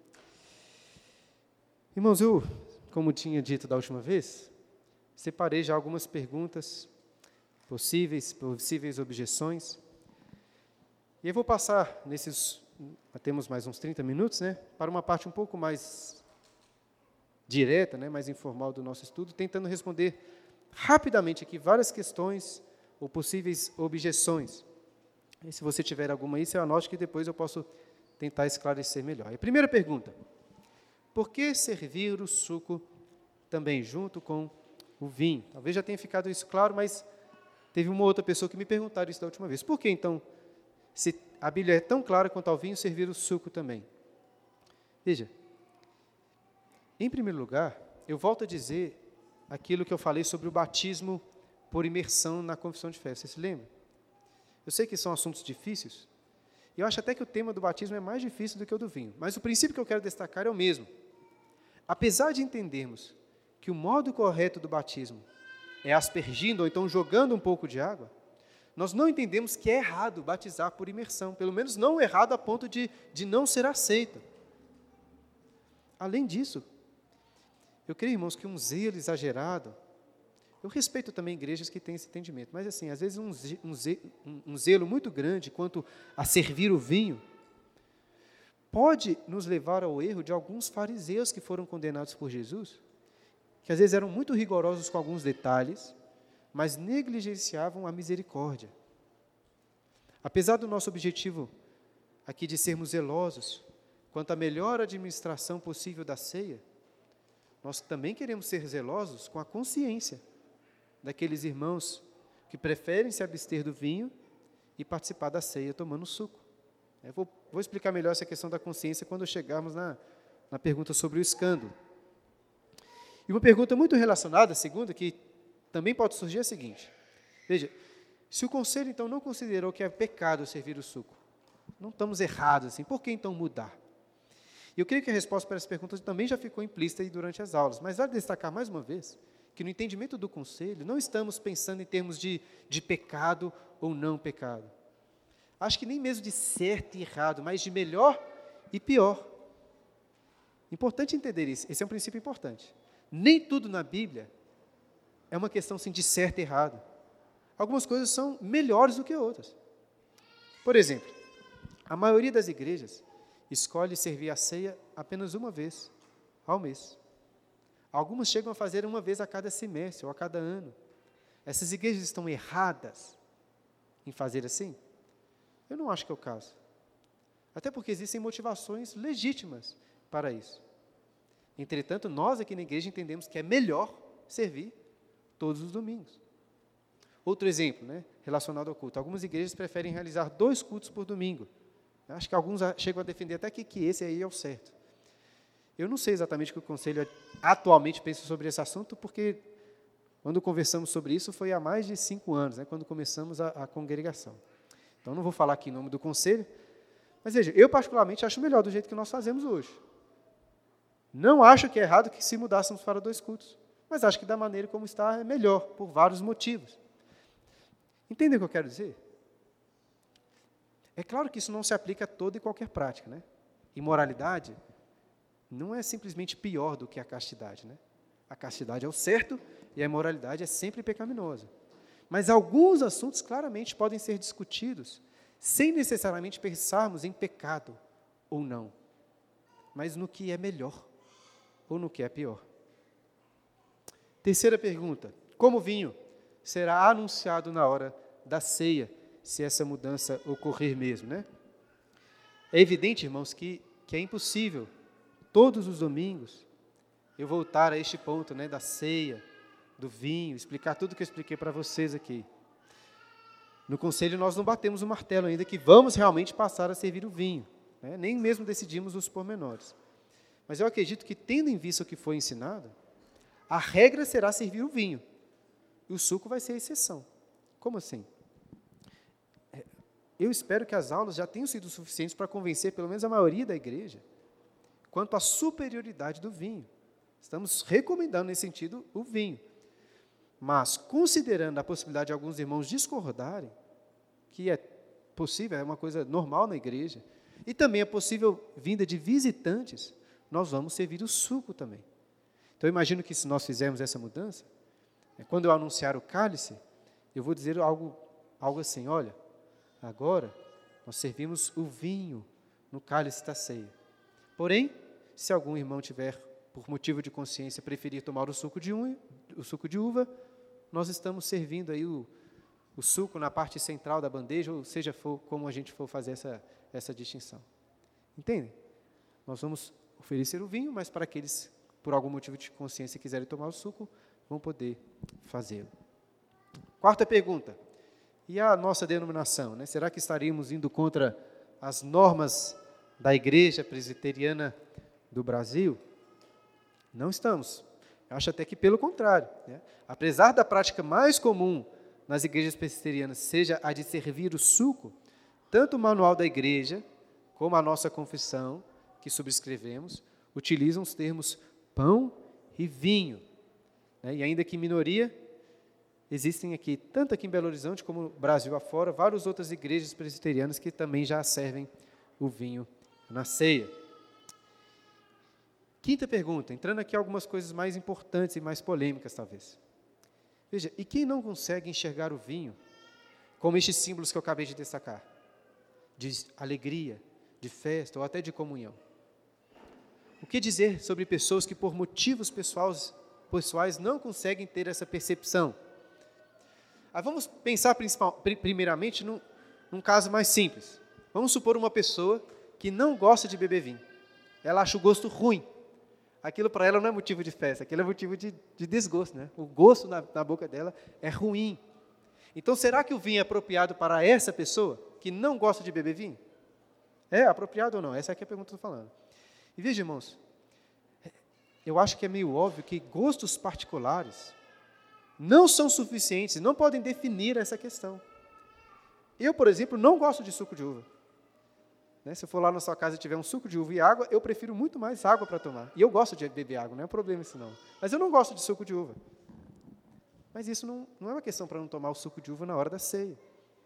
A: Irmãos, eu, como tinha dito da última vez, separei já algumas perguntas, possíveis, possíveis objeções. E eu vou passar nesses, temos mais uns trinta minutos, né, para uma parte um pouco mais direta, né, mais informal do nosso estudo, tentando responder rapidamente aqui várias questões ou possíveis objeções. E se você tiver alguma aí, você anote que depois eu posso tentar esclarecer melhor. E a primeira pergunta: por que servir o suco também junto com o vinho? Talvez já tenha ficado isso claro, mas teve uma outra pessoa que me perguntaram isso da última vez. Por que, então, se a Bíblia é tão clara quanto ao vinho, servir o suco também? Veja, em primeiro lugar, eu volto a dizer aquilo que eu falei sobre o batismo por imersão na confissão de fé. Você se lembra? Eu sei que são assuntos difíceis, e eu acho até que o tema do batismo é mais difícil do que o do vinho, mas o princípio que eu quero destacar é o mesmo. Apesar de entendermos que o modo correto do batismo é aspergindo ou então jogando um pouco de água, nós não entendemos que é errado batizar por imersão, pelo menos não errado a ponto de, de não ser aceito. Além disso, eu creio, irmãos, que um zelo exagerado, eu respeito também igrejas que têm esse entendimento, mas assim, às vezes um, um, um zelo muito grande quanto a servir o vinho, pode nos levar ao erro de alguns fariseus que foram condenados por Jesus, que às vezes eram muito rigorosos com alguns detalhes, mas negligenciavam a misericórdia. Apesar do nosso objetivo aqui de sermos zelosos quanto à melhor administração possível da ceia, nós também queremos ser zelosos com a consciência daqueles irmãos que preferem se abster do vinho e participar da ceia tomando suco. Eu vou, vou explicar melhor essa questão da consciência quando chegarmos na, na pergunta sobre o escândalo. E uma pergunta muito relacionada, a segunda, que também pode surgir, é a seguinte: Veja, se o conselho, então, não considerou que é pecado servir o suco, não estamos errados assim, por que então mudar? E eu creio que a resposta para essa pergunta também já ficou implícita aí durante as aulas, mas vale destacar mais uma vez que no entendimento do conselho não estamos pensando em termos de, de pecado ou não pecado. Acho que nem mesmo de certo e errado, mas de melhor e pior. Importante entender isso, esse é um princípio importante. Nem tudo na Bíblia é uma questão assim, de certo e errado. Algumas coisas são melhores do que outras. Por exemplo, a maioria das igrejas escolhe servir a ceia apenas uma vez ao mês. Algumas chegam a fazer uma vez a cada semestre ou a cada ano. Essas igrejas estão erradas em fazer assim? Eu não acho que é o caso. Até porque existem motivações legítimas para isso. Entretanto, nós aqui na igreja entendemos que é melhor servir todos os domingos. Outro exemplo, né, relacionado ao culto. Algumas igrejas preferem realizar dois cultos por domingo. Acho que alguns chegam a defender até que, que esse aí é o certo. Eu não sei exatamente o que o Conselho atualmente pensa sobre esse assunto, porque quando conversamos sobre isso foi há mais de cinco anos, né, quando começamos a, a congregação. Então, não vou falar aqui em nome do Conselho, mas veja, eu particularmente acho melhor do jeito que nós fazemos hoje. Não acho que é errado que se mudássemos para dois cultos, mas acho que da maneira como está é melhor, por vários motivos. Entendem o que eu quero dizer? É claro que isso não se aplica a toda e qualquer prática, né? Imoralidade não é simplesmente pior do que a castidade, né? A castidade é o certo e a imoralidade é sempre pecaminosa. Mas alguns assuntos claramente podem ser discutidos sem necessariamente pensarmos em pecado ou não, mas no que é melhor ou no que é pior. Terceira pergunta: como o vinho será anunciado na hora da ceia, se essa mudança ocorrer mesmo, né? É evidente, irmãos, que, que é impossível, todos os domingos, eu voltar a este ponto, né, da ceia, do vinho, explicar tudo o que eu expliquei para vocês aqui. No conselho nós não batemos o martelo ainda que vamos realmente passar a servir o vinho, né? Nem mesmo decidimos os pormenores. Mas eu acredito que, tendo em vista o que foi ensinado, a regra será servir o vinho, e o suco vai ser a exceção. Como assim? Eu espero que as aulas já tenham sido suficientes para convencer pelo menos a maioria da igreja quanto à superioridade do vinho. Estamos recomendando nesse sentido o vinho. Mas, considerando a possibilidade de alguns irmãos discordarem, que é possível, é uma coisa normal na igreja, e também é possível vinda de visitantes, nós vamos servir o suco também. Então, eu imagino que se nós fizermos essa mudança, quando eu anunciar o cálice, eu vou dizer algo, algo assim: olha, agora nós servimos o vinho no cálice da ceia. Porém, se algum irmão tiver, por motivo de consciência, preferir tomar o suco de, um, o suco de uva, nós estamos servindo aí o, o suco na parte central da bandeja, ou seja, for, como a gente for fazer essa, essa distinção. Entendem? Nós vamos oferecer o vinho, mas para aqueles, por algum motivo de consciência, quiserem tomar o suco, vão poder fazê-lo. Quarta pergunta: e a nossa denominação, né? Será que estaríamos indo contra as normas da Igreja Presbiteriana do Brasil? Não estamos. Eu acho até que pelo contrário, né? Apesar da prática mais comum nas igrejas presbiterianas seja a de servir o suco, tanto o manual da igreja como a nossa confissão, que subscrevemos, utilizam os termos pão e vinho, né? E ainda que em minoria, existem aqui, tanto aqui em Belo Horizonte como no Brasil afora, várias outras igrejas presbiterianas que também já servem o vinho na ceia. Quinta pergunta, entrando aqui algumas coisas mais importantes e mais polêmicas, talvez. Veja, e quem não consegue enxergar o vinho como estes símbolos que eu acabei de destacar? De alegria, de festa ou até de comunhão. O que dizer sobre pessoas que por motivos pessoais, pessoais não conseguem ter essa percepção? Ah, vamos pensar primeiramente num, num caso mais simples. Vamos supor uma pessoa que não gosta de beber vinho. Ela acha o gosto ruim. Aquilo para ela não é motivo de festa, aquilo é motivo de, de desgosto, né? O gosto na, na boca dela é ruim. Então, será que o vinho é apropriado para essa pessoa que não gosta de beber vinho? É apropriado ou não? Essa é a pergunta que eu estou falando. E veja, irmãos, eu acho que é meio óbvio que gostos particulares não são suficientes, não podem definir essa questão. Eu, por exemplo, não gosto de suco de uva. Né? Se eu for lá na sua casa e tiver um suco de uva e água, eu prefiro muito mais água para tomar. E eu gosto de beber água, não é um problema isso não. Mas eu não gosto de suco de uva. Mas isso não, não é uma questão para não tomar o suco de uva na hora da ceia.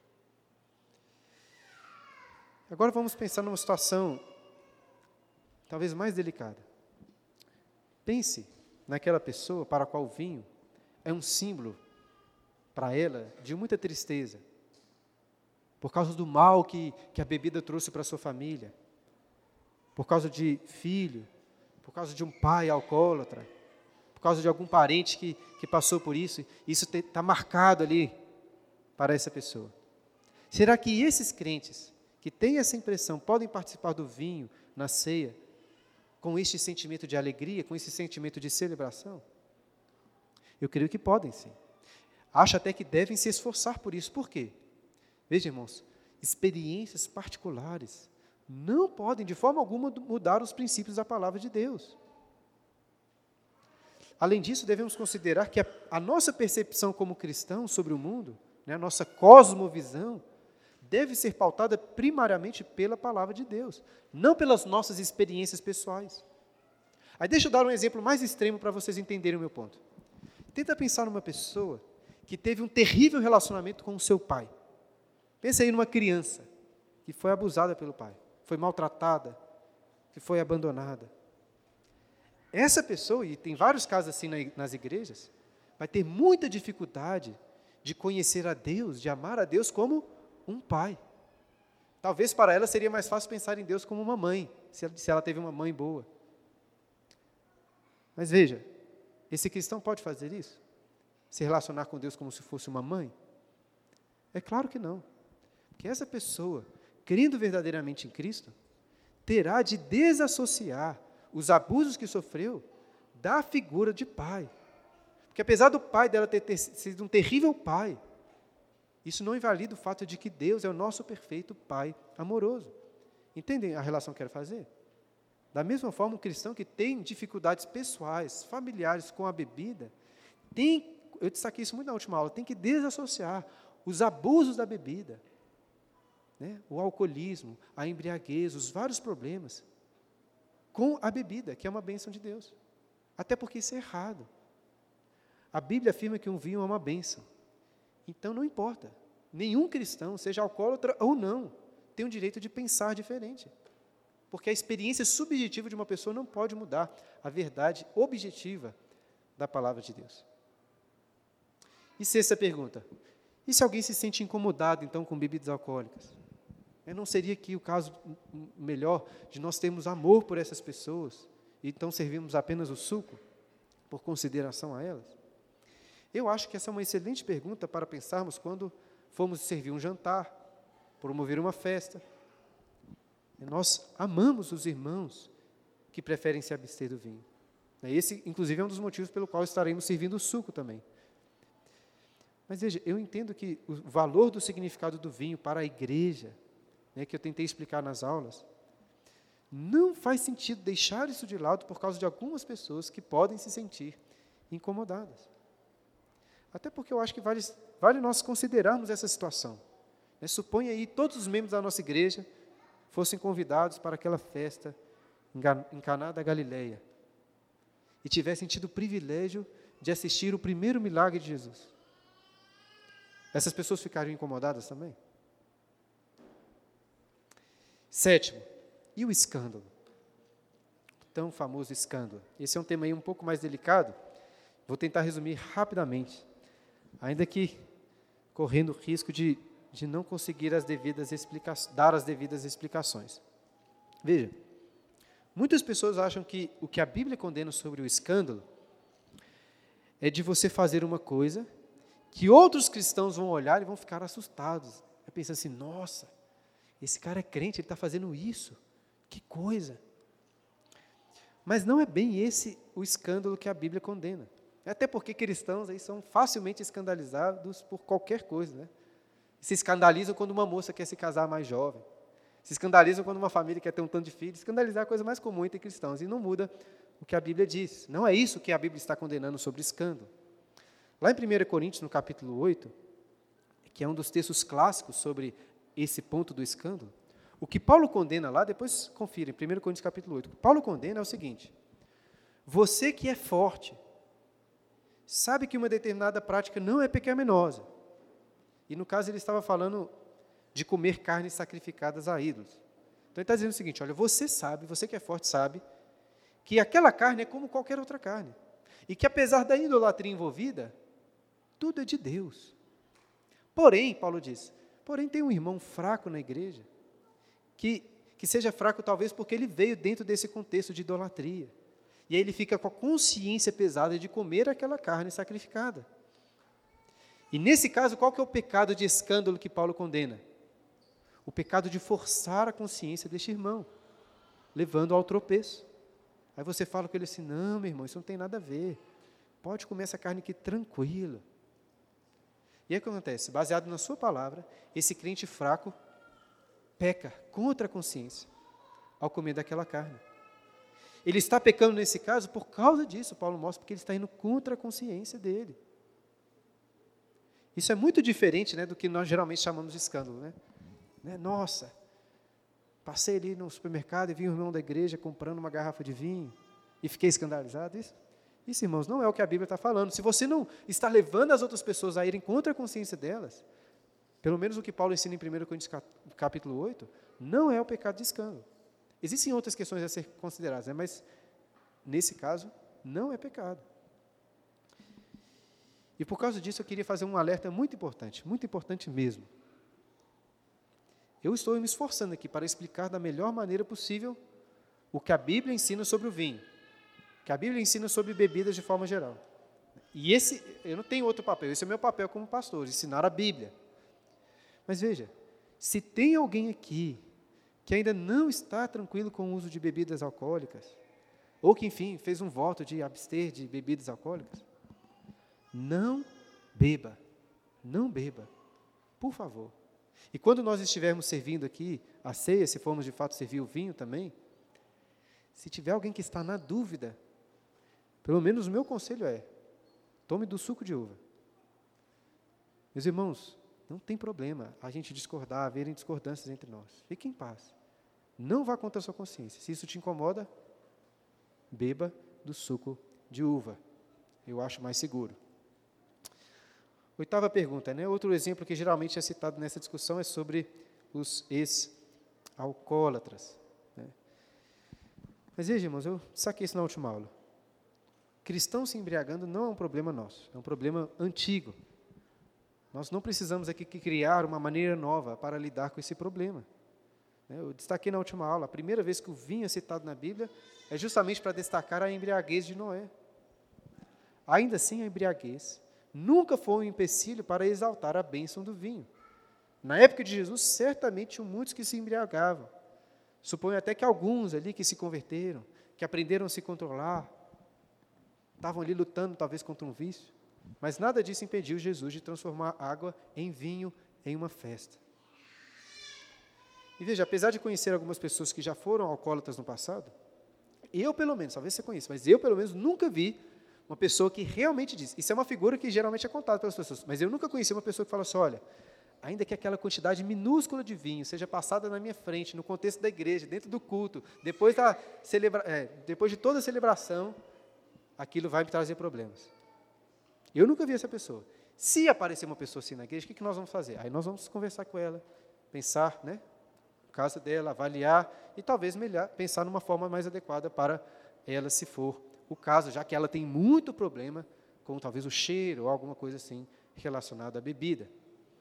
A: Agora vamos pensar numa situação talvez mais delicada. Pense naquela pessoa para a qual o vinho é um símbolo para ela de muita tristeza, por causa do mal que, que a bebida trouxe para a sua família, por causa de filho, por causa de um pai alcoólatra, por causa de algum parente que, que passou por isso, isso está marcado ali para essa pessoa. Será que esses crentes que têm essa impressão podem participar do vinho na ceia com este sentimento de alegria, com esse sentimento de celebração? Eu creio que podem, sim. Acho até que devem se esforçar por isso. Por quê? Veja, irmãos, experiências particulares não podem, de forma alguma, mudar os princípios da palavra de Deus. Além disso, devemos considerar que a, a nossa percepção como cristãos sobre o mundo, né, a nossa cosmovisão, deve ser pautada primariamente pela palavra de Deus, não pelas nossas experiências pessoais. Aí deixa eu dar um exemplo mais extremo para vocês entenderem o meu ponto. Tenta pensar numa pessoa que teve um terrível relacionamento com o seu pai. Pensa aí numa criança que foi abusada pelo pai, foi maltratada, que foi abandonada. Essa pessoa, e tem vários casos assim nas igrejas, vai ter muita dificuldade de conhecer a Deus, de amar a Deus como um pai. Talvez para ela seria mais fácil pensar em Deus como uma mãe, se ela teve uma mãe boa. Mas veja, esse cristão pode fazer isso? Se relacionar com Deus como se fosse uma mãe? É claro que não. Porque essa pessoa, crendo verdadeiramente em Cristo, terá de desassociar os abusos que sofreu da figura de pai. Porque apesar do pai dela ter, ter sido um terrível pai, isso não invalida o fato de que Deus é o nosso perfeito pai amoroso. Entendem a relação que eu quero fazer? Da mesma forma, um cristão que tem dificuldades pessoais, familiares com a bebida, tem, eu destaquei isso muito na última aula, tem que desassociar os abusos da bebida, né, o alcoolismo, a embriaguez, os vários problemas, com a bebida, que é uma bênção de Deus. Até porque isso é errado. A Bíblia afirma que um vinho é uma bênção. Então não importa. Nenhum cristão, seja alcoólatra ou não, tem o direito de pensar diferente. Porque a experiência subjetiva de uma pessoa não pode mudar a verdade objetiva da palavra de Deus. E sexta pergunta. E se alguém se sente incomodado, então, com bebidas alcoólicas? Não seria aqui o caso melhor de nós termos amor por essas pessoas e então servirmos apenas o suco, por consideração a elas? Eu acho que essa é uma excelente pergunta para pensarmos quando formos servir um jantar, promover uma festa. E nós amamos os irmãos que preferem se abster do vinho. Esse, inclusive, é um dos motivos pelo qual estaremos servindo o suco também. Mas veja, eu entendo que o valor do significado do vinho para a igreja, né, que eu tentei explicar nas aulas, não faz sentido deixar isso de lado por causa de algumas pessoas que podem se sentir incomodadas. Até porque eu acho que vale, vale nós considerarmos essa situação. Né, suponha aí todos os membros da nossa igreja fossem convidados para aquela festa em Caná da Galileia e tivessem tido o privilégio de assistir o primeiro milagre de Jesus. Essas pessoas ficariam incomodadas também? Sétimo, e o escândalo? O tão famoso escândalo. Esse é um tema aí um pouco mais delicado. Vou tentar resumir rapidamente, ainda que correndo o risco de, de não conseguir as devidas explica- dar as devidas explicações. Veja, muitas pessoas acham que o que a Bíblia condena sobre o escândalo é de você fazer uma coisa que outros cristãos vão olhar e vão ficar assustados. Vai pensar assim, nossa, esse cara é crente, ele está fazendo isso, que coisa. Mas não é bem esse o escândalo que a Bíblia condena. Até porque cristãos aí são facilmente escandalizados por qualquer coisa, né? Se escandalizam quando uma moça quer se casar mais jovem. Se escandalizam quando uma família quer ter um tanto de filhos. Escandalizar é a coisa mais comum entre cristãos. E não muda o que a Bíblia diz. Não é isso que a Bíblia está condenando sobre escândalo. Lá em primeira Coríntios, no capítulo oito, que é um dos textos clássicos sobre esse ponto do escândalo, o que Paulo condena lá, depois confira, em primeira Coríntios capítulo oito, o que Paulo condena é o seguinte: você que é forte, sabe que uma determinada prática não é pecaminosa. E no caso ele estava falando de comer carnes sacrificadas a ídolos. Então ele está dizendo o seguinte: olha, você sabe, você que é forte sabe, que aquela carne é como qualquer outra carne. E que apesar da idolatria envolvida, tudo é de Deus. Porém, Paulo diz, porém tem um irmão fraco na igreja, que, que seja fraco talvez porque ele veio dentro desse contexto de idolatria. E aí ele fica com a consciência pesada de comer aquela carne sacrificada. E nesse caso, qual que é o pecado de escândalo que Paulo condena? O pecado de forçar a consciência deste irmão, levando ao tropeço. Aí você fala com ele assim: não, meu irmão, isso não tem nada a ver. Pode comer essa carne aqui tranquila. E aí o que acontece? Baseado na sua palavra, esse crente fraco peca contra a consciência ao comer daquela carne. Ele está pecando nesse caso por causa disso, Paulo mostra, porque ele está indo contra a consciência dele. Isso é muito diferente, né, do que nós geralmente chamamos de escândalo. Né? Né? Nossa, passei ali no supermercado e vi um irmão da igreja comprando uma garrafa de vinho e fiquei escandalizado. Isso, isso, irmãos, não é o que a Bíblia está falando. Se você não está levando as outras pessoas a irem contra a consciência delas, pelo menos o que Paulo ensina em primeira Coríntios capítulo oito, não é o pecado de escândalo. Existem outras questões a ser consideradas, né? Mas nesse caso, não é pecado. E por causa disso eu queria fazer um alerta muito importante, muito importante mesmo. Eu estou me esforçando aqui para explicar da melhor maneira possível o que a Bíblia ensina sobre o vinho, o que a Bíblia ensina sobre bebidas de forma geral. E esse, eu não tenho outro papel, esse é o meu papel como pastor, ensinar a Bíblia. Mas veja, se tem alguém aqui que ainda não está tranquilo com o uso de bebidas alcoólicas, ou que, enfim, fez um voto de abster de bebidas alcoólicas, não beba, não beba, por favor. E quando nós estivermos servindo aqui a ceia, se formos de fato servir o vinho também, se tiver alguém que está na dúvida, pelo menos o meu conselho é, tome do suco de uva. Meus irmãos, não tem problema a gente discordar, haverem discordâncias entre nós. Fique em paz. Não vá contra a sua consciência. Se isso te incomoda, beba do suco de uva. Eu acho mais seguro. Oitava pergunta, né? Outro exemplo que geralmente é citado nessa discussão é sobre os ex-alcoólatras. Né? Mas veja, irmãos, eu saquei isso na última aula. Cristãos se embriagando não é um problema nosso, é um problema antigo. Nós não precisamos aqui criar uma maneira nova para lidar com esse problema. Eu destaquei na última aula, a primeira vez que o vinho é citado na Bíblia é justamente para destacar a embriaguez de Noé. Ainda assim, a embriaguez nunca foi um empecilho para exaltar a bênção do vinho. Na época de Jesus, certamente tinham muitos que se embriagavam. Suponho até que alguns ali que se converteram, que aprenderam a se controlar, estavam ali lutando talvez contra um vício. Mas nada disso impediu Jesus de transformar água em vinho em uma festa. E veja, apesar de conhecer algumas pessoas que já foram alcoólatras no passado, eu pelo menos, talvez você conheça, mas eu pelo menos nunca vi uma pessoa que realmente diz. Isso é uma figura que geralmente é contada pelas pessoas, mas eu nunca conheci uma pessoa que fala assim: olha, ainda que aquela quantidade minúscula de vinho seja passada na minha frente, no contexto da igreja, dentro do culto, depois, da celebra é, depois de toda a celebração, aquilo vai me trazer problemas. Eu nunca vi essa pessoa. Se aparecer uma pessoa assim na igreja, o que, que nós vamos fazer? Aí nós vamos conversar com ela, pensar, né, no caso dela, avaliar e talvez melhor, pensar numa forma mais adequada para ela, se for o caso, já que ela tem muito problema com talvez o cheiro ou alguma coisa assim relacionada à bebida.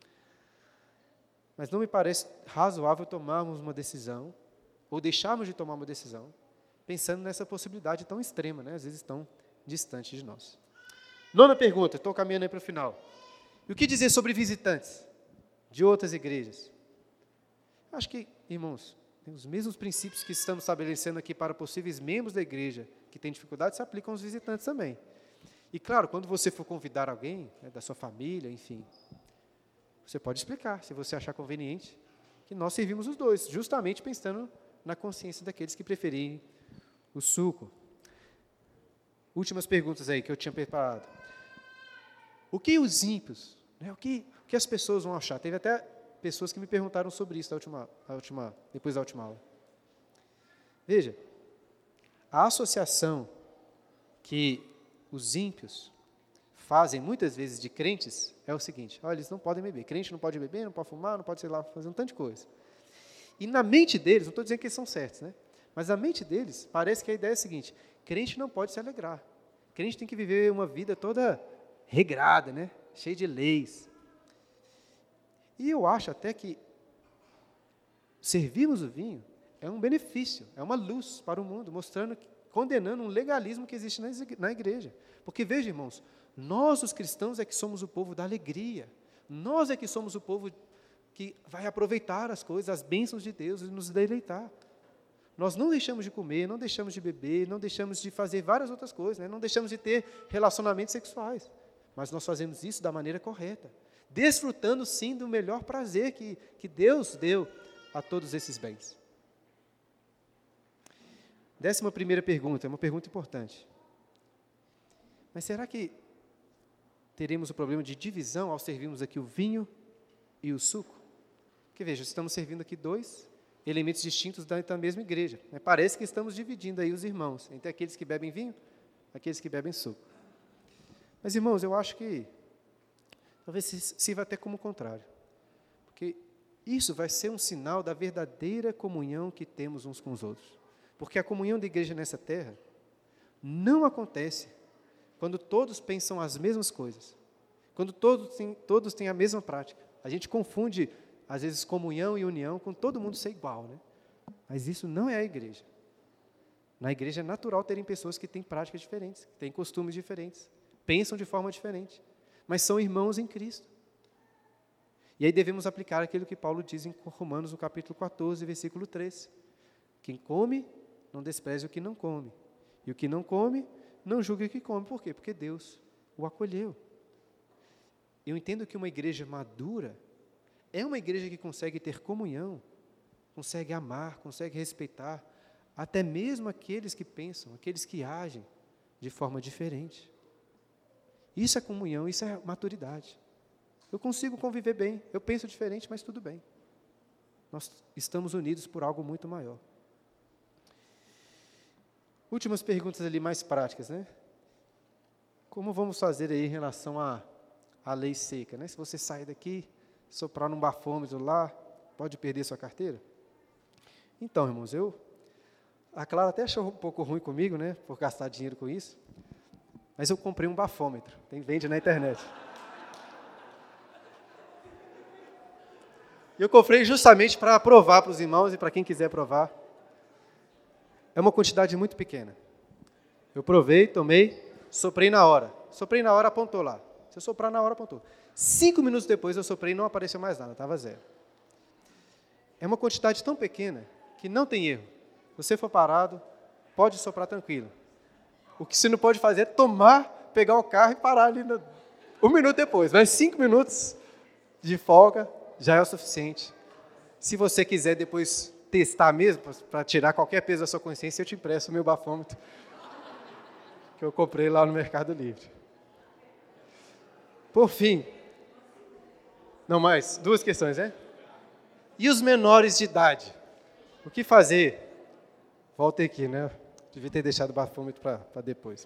A: Mas não me parece razoável tomarmos uma decisão, ou deixarmos de tomar uma decisão, pensando nessa possibilidade tão extrema, né, às vezes tão distante de nós. Nona pergunta, estou caminhando aí para o final. E o que dizer sobre visitantes de outras igrejas? Acho que, irmãos, os mesmos princípios que estamos estabelecendo aqui para possíveis membros da igreja que têm dificuldade se aplicam aos visitantes também. E claro, quando você for convidar alguém, né, da sua família, enfim, você pode explicar, se você achar conveniente, que nós servimos os dois, justamente pensando na consciência daqueles que preferirem o suco. Últimas perguntas aí que eu tinha preparado. O que os ímpios, né, o, que, o que as pessoas vão achar? Teve até pessoas que me perguntaram sobre isso na última, na última, depois da última aula. Veja, a associação que os ímpios fazem muitas vezes de crentes é o seguinte: olha, eles não podem beber, crente não pode beber, não pode fumar, não pode, sei lá, fazer um tanto de coisa. E na mente deles, não estou dizendo que eles são certos, né? Mas na mente deles, parece que a ideia é a seguinte: crente não pode se alegrar, crente tem que viver uma vida toda regrada, né? Cheia de leis. E eu acho até que servirmos o vinho é um benefício, é uma luz para o mundo, mostrando, condenando um legalismo que existe na igreja. Porque, veja, irmãos, nós, os cristãos, é que somos o povo da alegria. Nós é que somos o povo que vai aproveitar as coisas, as bênçãos de Deus e nos deleitar. Nós não deixamos de comer, não deixamos de beber, não deixamos de fazer várias outras coisas, né? Não deixamos de ter relacionamentos sexuais. Mas nós fazemos isso da maneira correta, desfrutando, sim, do melhor prazer que, que Deus deu a todos esses bens. Décima primeira pergunta, é uma pergunta importante. Mas será que teremos o problema de divisão ao servirmos aqui o vinho e o suco? Porque, veja, estamos servindo aqui dois elementos distintos da, da mesma igreja. Né? Parece que estamos dividindo aí os irmãos, entre aqueles que bebem vinho e aqueles que bebem suco. Mas, irmãos, eu acho que talvez sirva até como o contrário. Porque isso vai ser um sinal da verdadeira comunhão que temos uns com os outros. Porque a comunhão da igreja nessa terra não acontece quando todos pensam as mesmas coisas, quando todos têm, todos têm a mesma prática. A gente confunde, às vezes, comunhão e união com todo mundo ser igual, né? Mas isso não é a igreja. Na igreja é natural terem pessoas que têm práticas diferentes, que têm costumes diferentes, pensam de forma diferente, mas são irmãos em Cristo. E aí devemos aplicar aquilo que Paulo diz em Romanos, no capítulo quatorze, versículo três. Quem come, não despreze o que não come. E o que não come, não julgue o que come. Por quê? Porque Deus o acolheu. Eu entendo que uma igreja madura é uma igreja que consegue ter comunhão, consegue amar, consegue respeitar, até mesmo aqueles que pensam, aqueles que agem de forma diferente. Isso é comunhão, isso é maturidade. Eu consigo conviver bem, eu penso diferente, mas tudo bem. Nós estamos unidos por algo muito maior. Últimas perguntas ali mais práticas, né? Como vamos fazer aí em relação à, à lei seca, né? Se você sair daqui, soprar num bafômetro lá, pode perder sua carteira? Então, irmãos, eu... A Clara até achou um pouco ruim comigo, né? Por gastar dinheiro com isso. Mas eu comprei um bafômetro, tem, vende na internet. E eu comprei justamente para provar para os irmãos e para quem quiser provar. É uma quantidade muito pequena. Eu provei, tomei, soprei na hora. Soprei na hora, apontou lá. Se eu soprar na hora, apontou. Cinco minutos depois eu soprei e não apareceu mais nada, estava zero. É uma quantidade tão pequena que não tem erro. Se você for parado, pode soprar tranquilo. O que você não pode fazer é tomar, pegar o carro e parar ali no... um minuto depois. Mas cinco minutos de folga já é o suficiente. Se você quiser depois testar mesmo, para tirar qualquer peso da sua consciência, eu te empresto o meu bafômetro, que eu comprei lá no Mercado Livre. Por fim, não mais, duas questões, né? E os menores de idade? O que fazer? Volta aqui, né? Devia ter deixado o bafômetro para depois.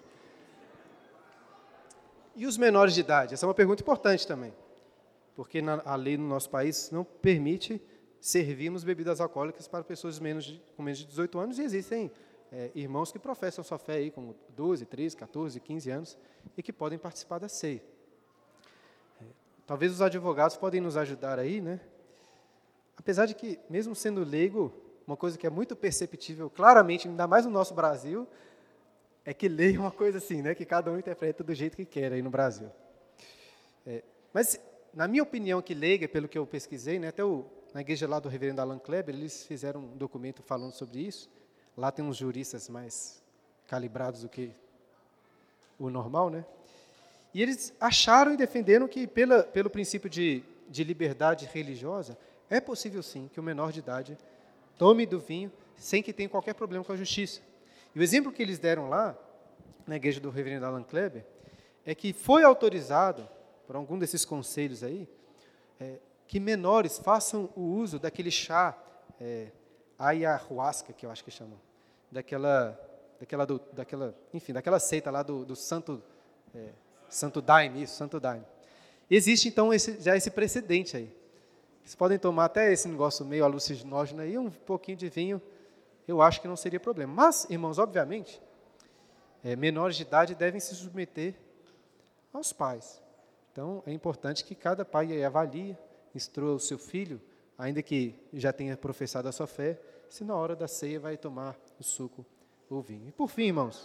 A: E os menores de idade? Essa é uma pergunta importante também, porque na, a lei no nosso país não permite servirmos bebidas alcoólicas para pessoas menos de, com menos de dezoito anos, e existem é, irmãos que professam sua fé aí com doze, treze, quatorze, quinze anos e que podem participar da ceia. É, talvez os advogados podem nos ajudar aí, né? Apesar de que, mesmo sendo leigo, uma coisa que é muito perceptível, claramente, ainda mais no nosso Brasil, é que lei é uma coisa assim, né? Que cada um interpreta do jeito que quer aí no Brasil. É, mas, na minha opinião, que leiga, pelo que eu pesquisei, né, até o na igreja lá do reverendo Alan Kleber, eles fizeram um documento falando sobre isso. Lá tem uns juristas mais calibrados do que o normal, né? E eles acharam e defenderam que, pela, pelo princípio de, de liberdade religiosa, é possível sim que o menor de idade tome do vinho sem que tenha qualquer problema com a justiça. E o exemplo que eles deram lá, na igreja do reverendo Alan Kleber, é que foi autorizado por algum desses conselhos aí, é, que menores façam o uso daquele chá, é, ayahuasca, que eu acho que chamam, daquela, daquela, do, daquela, enfim, daquela seita lá do, do Santo, é, Santo Daime, isso, Santo Daime. Existe, então, esse, já esse precedente aí. Vocês podem tomar até esse negócio meio alucinógeno aí, um pouquinho de vinho, eu acho que não seria problema. Mas, irmãos, obviamente, é, menores de idade devem se submeter aos pais. Então, é importante que cada pai avalie, instrua o seu filho, ainda que já tenha professado a sua fé, se na hora da ceia vai tomar o suco ou o vinho. E por fim, irmãos,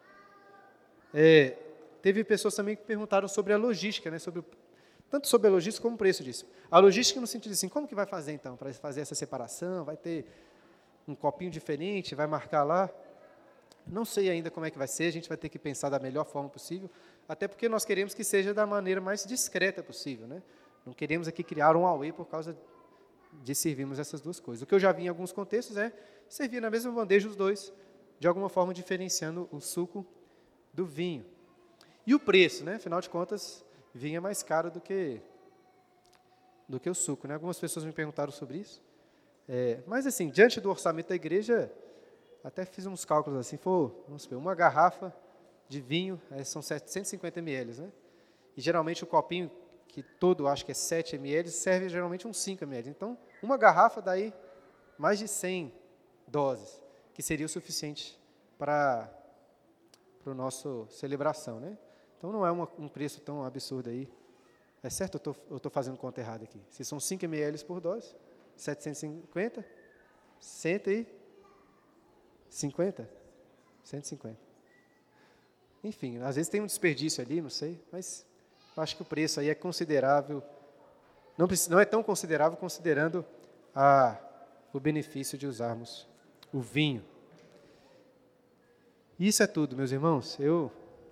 A: é, teve pessoas também que perguntaram sobre a logística, né, sobre, tanto sobre a logística como o preço disso. A logística no sentido assim, como que vai fazer então, para fazer essa separação, vai ter um copinho diferente, vai marcar lá? Não sei ainda como é que vai ser, a gente vai ter que pensar da melhor forma possível, até porque nós queremos que seja da maneira mais discreta possível, né? Não queremos aqui criar um auê por causa de servirmos essas duas coisas. O que eu já vi em alguns contextos é servir na mesma bandeja os dois, de alguma forma diferenciando o suco do vinho. E o preço, né? Afinal de contas, vinho é mais caro do que, do que o suco, né? Algumas pessoas me perguntaram sobre isso. É, mas assim, diante do orçamento da igreja, até fiz uns cálculos assim, for, vamos supor, uma garrafa de vinho, são setecentos e cinquenta mililitros, né? E geralmente o copinho, que todo acho que é sete mililitros, serve geralmente uns cinco mililitros. Então, uma garrafa daí mais de cem doses, que seria o suficiente para a nossa celebração, né? Então, não é uma, um preço tão absurdo aí. É certo ou eu estou fazendo conta errada aqui? Se são cinco mililitros por dose, setecentos e cinquenta, cento e cinquenta? cento e cinquenta. Enfim, às vezes tem um desperdício ali, não sei, mas eu acho que o preço aí é considerável, não, não é tão considerável considerando a, o benefício de usarmos o vinho. Isso é tudo, meus irmãos. Eu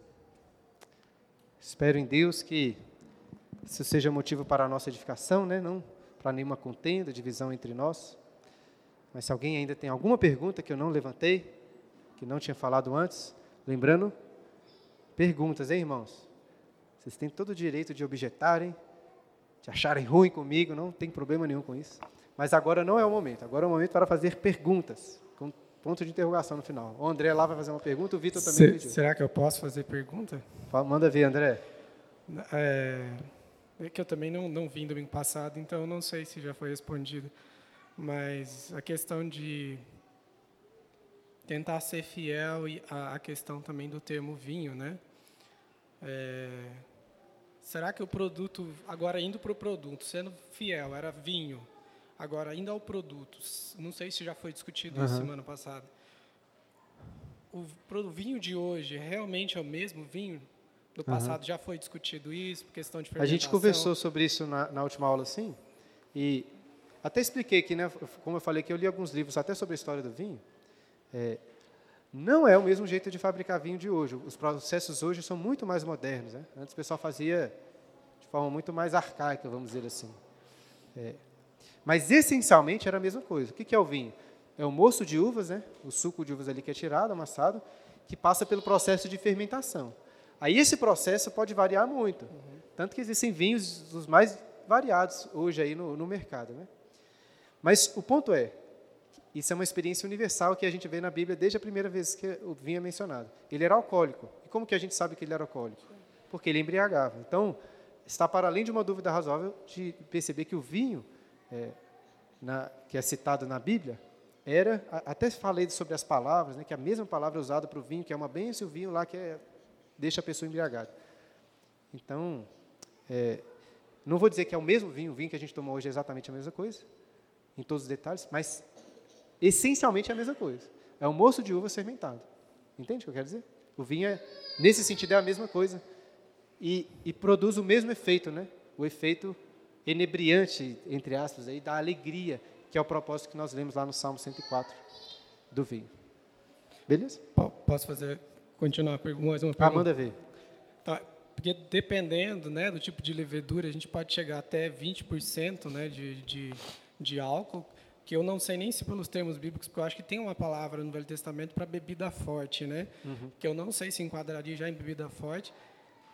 A: espero em Deus que isso seja motivo para a nossa edificação, né? Não para nenhuma contenda, divisão entre nós. Mas se alguém ainda tem alguma pergunta que eu não levantei, que não tinha falado antes, lembrando, perguntas, hein, irmãos? Vocês têm todo o direito de objetarem, de acharem ruim comigo, não tem problema nenhum com isso. Mas agora não é o momento, agora é o momento para fazer perguntas, com ponto de interrogação no final. O André lá vai fazer uma pergunta, o Vitor também
B: Se,
A: pediu.
B: Será que eu posso fazer pergunta?
A: Manda ver, André.
B: É, é que eu também não, não vim domingo passado, então eu não sei se já foi respondido. Mas a questão de tentar ser fiel e a, a questão também do termo vinho, né? É, será que o produto, agora indo para o produto, sendo fiel, era vinho, agora indo ao produto, não sei se já foi discutido
A: Uhum.
B: isso semana passada, o, o vinho de hoje realmente é o mesmo vinho do passado? Uhum. Já foi discutido isso, por questão de fermentação?
A: A gente conversou sobre isso na, na última aula, sim, e até expliquei que, né, como eu falei que eu li alguns livros até sobre a história do vinho, é, não é o mesmo jeito de fabricar vinho de hoje. Os processos hoje são muito mais modernos, né? Antes o pessoal fazia de forma muito mais arcaica, vamos dizer assim. É, mas essencialmente era a mesma coisa. O que é o vinho? É o moço de uvas, né? O suco de uvas ali que é tirado, amassado, que passa pelo processo de fermentação. Aí esse processo pode variar muito, uhum. Tanto que existem vinhos dos mais variados hoje aí no, no mercado, né? Mas o ponto é, isso é uma experiência universal que a gente vê na Bíblia desde a primeira vez que o vinho é mencionado. Ele era alcoólico. E como que a gente sabe que ele era alcoólico? Porque ele embriagava. Então, está para além de uma dúvida razoável de perceber que o vinho, é, na, que é citado na Bíblia, era, até falei sobre as palavras, né, que a mesma palavra é usada para o vinho, que é uma bênção, e o vinho lá que é, deixa a pessoa embriagada. Então, é, não vou dizer que é o mesmo vinho, o vinho que a gente tomou hoje é exatamente a mesma coisa, em todos os detalhes, mas essencialmente é a mesma coisa. É um moço de uva fermentado. Entende o que eu quero dizer? O vinho, é, nesse sentido, é a mesma coisa. E, e produz o mesmo efeito, né? O efeito enebriante, entre aspas, aí, da alegria, que é o propósito que nós lemos lá no Salmo cento e quatro, do vinho. Beleza?
B: Posso fazer, continuar mais uma pergunta?
A: Ah, manda ver.
B: Tá, porque dependendo, né, do tipo de levedura, a gente pode chegar até vinte por cento, né, de, de, de álcool, que eu não sei nem se pelos termos bíblicos, porque eu acho que tem uma palavra no Velho Testamento para bebida forte, né? Uhum. Que eu não sei se enquadraria já em bebida forte.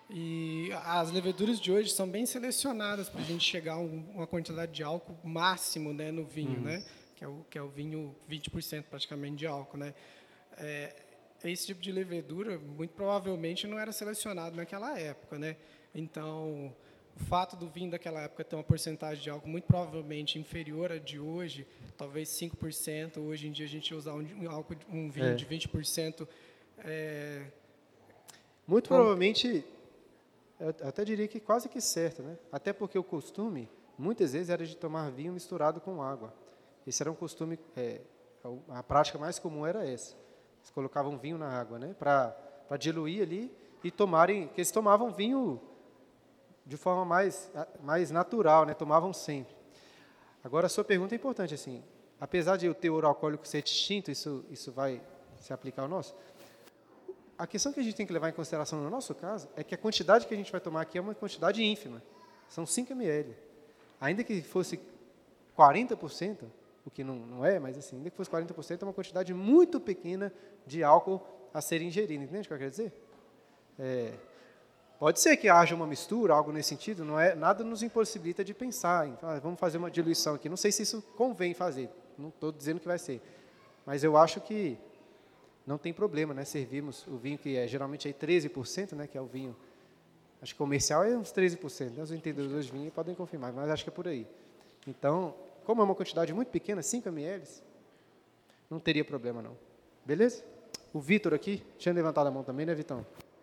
B: E as leveduras de hoje são bem selecionadas para a gente chegar a um, uma quantidade de álcool máximo, né, no vinho, uhum. né? Que é o que é o vinho vinte por cento praticamente de álcool, né? É, esse tipo de levedura muito provavelmente não era selecionado naquela época, né? Então, o fato do vinho daquela época ter uma porcentagem de álcool muito provavelmente inferior à de hoje, talvez cinco por cento, hoje em dia a gente usar um, um, álcool, um vinho é. de vinte por cento. É,
A: muito com... provavelmente, eu até diria que quase que certo, né? Até porque o costume, muitas vezes, era de tomar vinho misturado com água. Esse era um costume, é, a prática mais comum era essa. Eles colocavam vinho na água, né? Para para diluir ali e tomarem, que eles tomavam vinho de forma mais, mais natural, né? Tomavam sempre. Agora, a sua pergunta é importante, assim, apesar de o teor alcoólico ser distinto, isso, isso vai se aplicar ao nosso, a questão que a gente tem que levar em consideração no nosso caso é que a quantidade que a gente vai tomar aqui é uma quantidade ínfima, são cinco mililitros. Ainda que fosse quarenta por cento, o que não, não é, mas assim, ainda que fosse quarenta por cento, é uma quantidade muito pequena de álcool a ser ingerido, entende o que eu quero dizer? É... Pode ser que haja uma mistura, algo nesse sentido, não é, nada nos impossibilita de pensar em, ah, vamos fazer uma diluição aqui. Não sei se isso convém fazer, não estou dizendo que vai ser. Mas eu acho que não tem problema, né? Servirmos o vinho que é geralmente aí treze por cento, né? Que é o vinho, acho que comercial é uns treze por cento. Né? Os entendedores de vinho podem confirmar, mas acho que é por aí. Então, como é uma quantidade muito pequena, cinco mililitros, não teria problema não. Beleza? O Vitor aqui, tinha levantado a mão também, né, Vitão?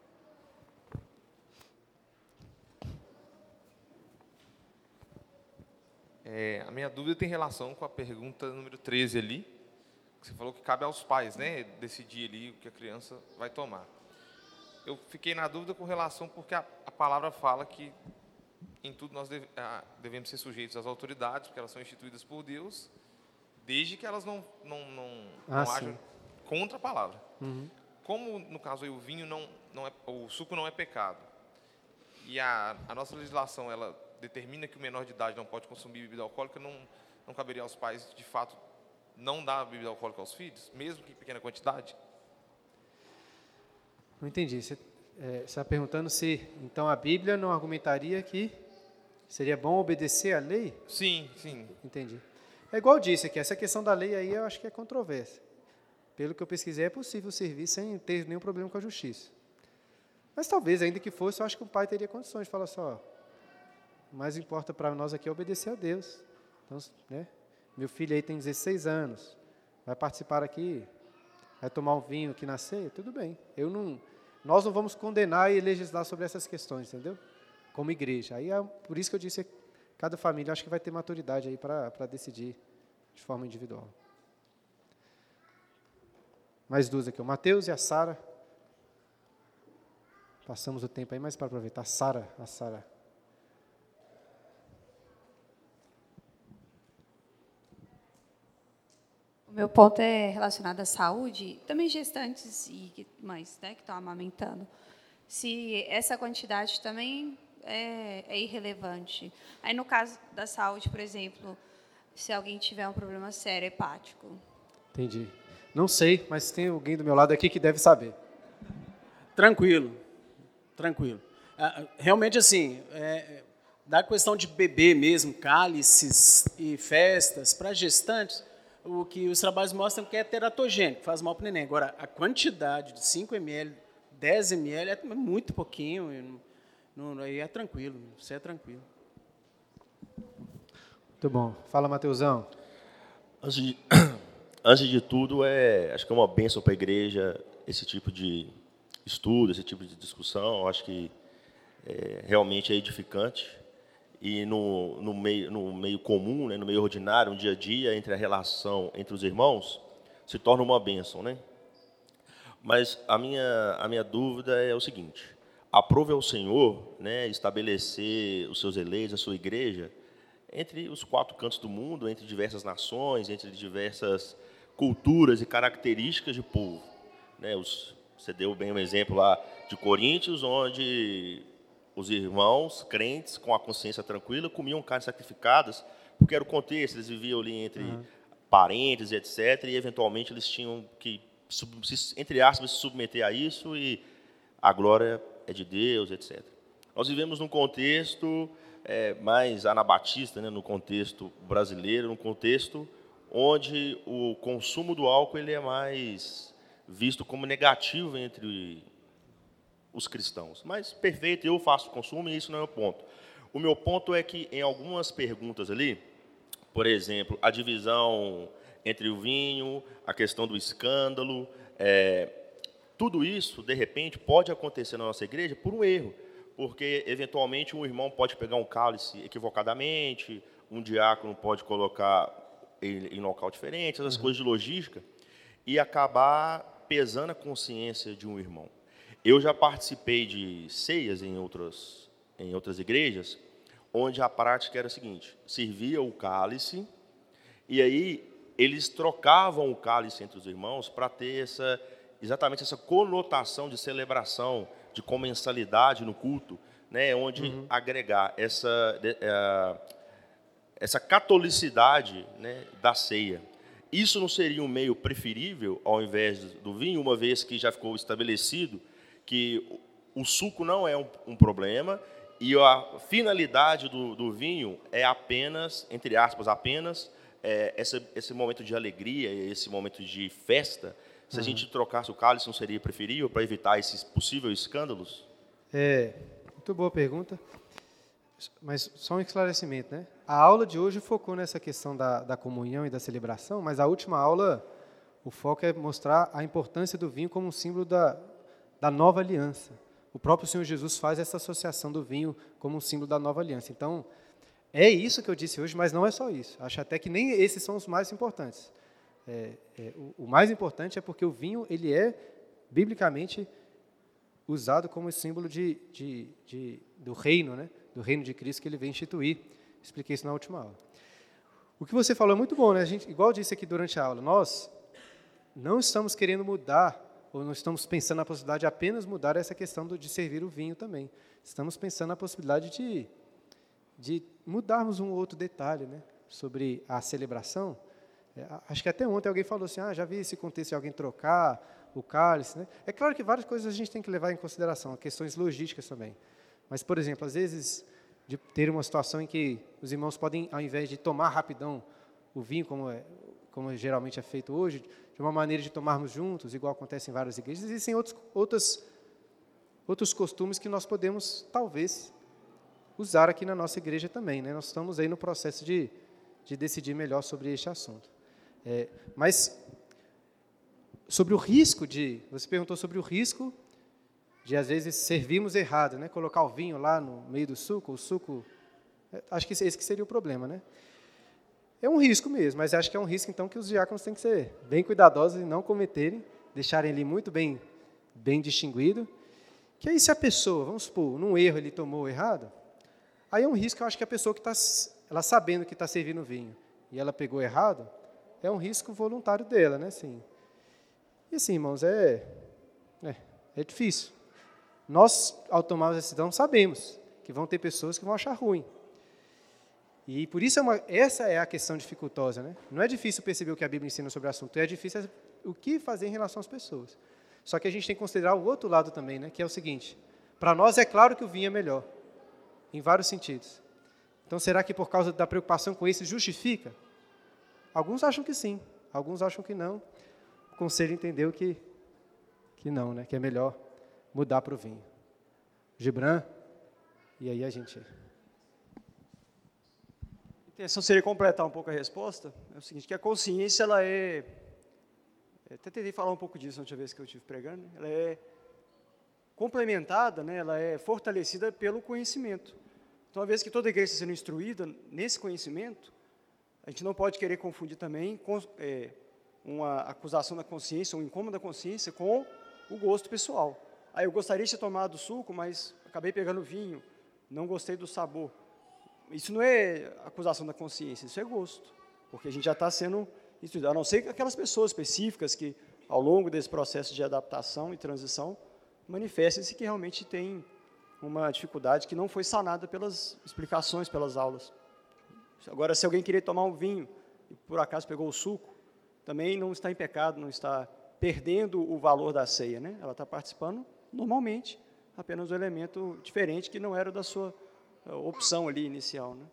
C: É, a minha dúvida tem relação com a pergunta número treze ali, que você falou que cabe aos pais, né, decidir ali o que a criança vai tomar. Eu fiquei na dúvida com relação porque a, a palavra fala que em tudo nós deve, a, devemos ser sujeitos às autoridades, porque elas são instituídas por Deus, desde que elas não, não, não,
A: ah,
C: não ajam contra a palavra.
A: Uhum.
C: Como, no caso aí, o vinho não, não é, o suco não é pecado, e a, a nossa legislação, ela determina que o menor de idade não pode consumir bebida alcoólica, não, não caberia aos pais, de fato, não dar bebida alcoólica aos filhos, mesmo que em pequena quantidade?
A: Não entendi. Você é, está perguntando se, então, a Bíblia não argumentaria que seria bom obedecer à lei?
C: Sim, sim.
A: Entendi. É igual eu disse aqui, essa questão da lei aí eu acho que é controvérsia. Pelo que eu pesquisei, é possível servir sem ter nenhum problema com a justiça. Mas talvez, ainda que fosse, eu acho que o pai teria condições de falar só, o mais importa para nós aqui é obedecer a Deus. Então, né, meu filho aí tem dezesseis anos, vai participar aqui, vai tomar um vinho aqui na ceia, tudo bem. Eu não, nós não vamos condenar e legislar sobre essas questões, entendeu? Como igreja. Aí é por isso que eu disse que cada família acho que vai ter maturidade aí para para decidir de forma individual. Mais duas aqui, o Mateus e a Sara. Passamos o tempo aí, mas para aproveitar. Sara, a Sara.
D: O meu ponto é relacionado à saúde, também gestantes e mães, né, que estão amamentando. Se essa quantidade também é, é irrelevante. Aí, no caso da saúde, por exemplo, se alguém tiver um problema sério, hepático.
A: Entendi. Não sei, mas tem alguém do meu lado aqui que deve saber.
E: Tranquilo, tranquilo. Realmente, assim, é, da questão de beber mesmo, cálices e festas, para gestantes, o que os trabalhos mostram que é teratogênico, faz mal para o neném. Agora, a quantidade de cinco mililitros, dez mililitros é muito pouquinho, não, não, aí é tranquilo, isso é tranquilo.
A: Muito bom. Fala, Mateusão.
F: Antes de, antes de tudo, é, acho que é uma bênção para a igreja esse tipo de estudo, esse tipo de discussão. Acho que é, realmente é edificante. E no, no, meio, no meio comum, né, no meio ordinário, no dia a dia, entre a relação entre os irmãos, se torna uma bênção, né? Mas a minha, a minha dúvida é o seguinte: aprove ao Senhor, né, estabelecer os seus eleitos, a sua igreja, entre os quatro cantos do mundo, entre diversas nações, entre diversas culturas e características de povo, né? Os, você deu bem um exemplo lá de Coríntios, onde os irmãos crentes, com a consciência tranquila, comiam carnes sacrificadas, porque era o contexto, eles viviam ali entre uhum. parentes, etcétera, e eventualmente eles tinham que, entre aspas, se submeter a isso, e a glória é de Deus, etcétera. Nós vivemos num contexto é, mais anabatista, né, no contexto brasileiro, num contexto onde o consumo do álcool ele é mais visto como negativo entre os cristãos. Mas, perfeito, eu faço consumo e isso não é o ponto. O meu ponto é que, em algumas perguntas ali, por exemplo, a divisão entre o vinho, a questão do escândalo, é, tudo isso, de repente, pode acontecer na nossa igreja por um erro, porque, eventualmente, um irmão pode pegar um cálice equivocadamente, um diácono pode colocar ele em local diferente, essas uhum. coisas de logística, e acabar pesando a consciência de um irmão. Eu já participei de ceias em outras, em outras igrejas, onde a prática era a seguinte, servia o cálice, e aí eles trocavam o cálice entre os irmãos para ter essa, exatamente essa conotação de celebração, de comensalidade no culto, né, onde uhum. agregar essa, essa catolicidade, né, da ceia. Isso não seria um meio preferível ao invés do vinho, uma vez que já ficou estabelecido que o suco não é um, um problema e a finalidade do, do vinho é apenas, entre aspas, apenas é, esse, esse momento de alegria, esse momento de festa. Se uhum. a gente trocasse o cálice, não seria preferível para evitar esses possíveis escândalos?
A: É, muito boa pergunta. Mas só um esclarecimento, né? A aula de hoje focou nessa questão da, da comunhão e da celebração, mas a última aula, o foco é mostrar a importância do vinho como um símbolo da, da nova aliança. O próprio Senhor Jesus faz essa associação do vinho como um símbolo da nova aliança. Então, é isso que eu disse hoje, mas não é só isso. Acho até que nem esses são os mais importantes. É, é, o, o mais importante é porque o vinho ele é, biblicamente, usado como símbolo de, de, de, do reino, né? Do reino de Cristo que ele vem instituir. Expliquei isso na última aula. O que você falou é muito bom, né? A gente, igual eu disse aqui durante a aula, nós não estamos querendo mudar, ou não estamos pensando na possibilidade de apenas mudar essa questão do, de servir o vinho também. Estamos pensando na possibilidade de, de mudarmos um outro detalhe, né? Sobre a celebração. É, acho que até ontem alguém falou assim, ah, já vi esse contexto de alguém trocar o cálice, né? É claro que várias coisas a gente tem que levar em consideração, questões logísticas também. Mas, por exemplo, às vezes, de ter uma situação em que os irmãos podem, ao invés de tomar rapidão o vinho, como, é, como geralmente é feito hoje, de uma maneira de tomarmos juntos, igual acontece em várias igrejas, existem outros, outros, outros costumes que nós podemos, talvez, usar aqui na nossa igreja também, né? Nós estamos aí no processo de, de decidir melhor sobre este assunto. É, mas, sobre o risco de... Você perguntou sobre o risco de, às vezes, servirmos errado, né? Colocar o vinho lá no meio do suco, o suco... Acho que esse que seria o problema, né? É um risco mesmo, mas acho que é um risco, então, que os diáconos têm que ser bem cuidadosos e não cometerem, deixarem ali muito bem, bem distinguido. Que aí, se a pessoa, vamos supor, num erro ele tomou errado, aí é um risco, eu acho que a pessoa que está, ela sabendo que está servindo vinho e ela pegou errado, é um risco voluntário dela, né? Assim, e assim, irmãos, é, é, é difícil. Nós, ao tomar a decisão, sabemos que vão ter pessoas que vão achar ruim. E por isso, é uma, essa é a questão dificultosa, né? Não é difícil perceber o que a Bíblia ensina sobre o assunto, é difícil o que fazer em relação às pessoas. Só que a gente tem que considerar o outro lado também, né? Que é o seguinte, para nós é claro que o vinho é melhor, em vários sentidos. Então, será que por causa da preocupação com isso justifica? Alguns acham que sim, alguns acham que não. O conselho entendeu que, que não, né? Que é melhor mudar para o vinho. Gibran, e aí a gente...
G: A intenção seria completar um pouco a resposta. É o seguinte, que a consciência, ela é... Até tentei falar um pouco disso na última vez que eu estive pregando. Ela é complementada, né? Ela é fortalecida pelo conhecimento. Então, uma vez que toda a igreja está sendo instruída nesse conhecimento, a gente não pode querer confundir também com, é, uma acusação da consciência, um incômodo da consciência com o gosto pessoal. Ah, eu gostaria de ter tomado suco, mas acabei pegando vinho, não gostei do sabor. Isso não é acusação da consciência, isso é gosto, porque a gente já está sendo instruído. A não ser que aquelas pessoas específicas que, ao longo desse processo de adaptação e transição, manifestem-se que realmente têm uma dificuldade que não foi sanada pelas explicações, pelas aulas. Agora, se alguém queria tomar um vinho e por acaso pegou o suco, também não está em pecado, não está perdendo o valor da ceia, né? Ela está participando normalmente, apenas um elemento diferente que não era da sua opção ali inicial, né?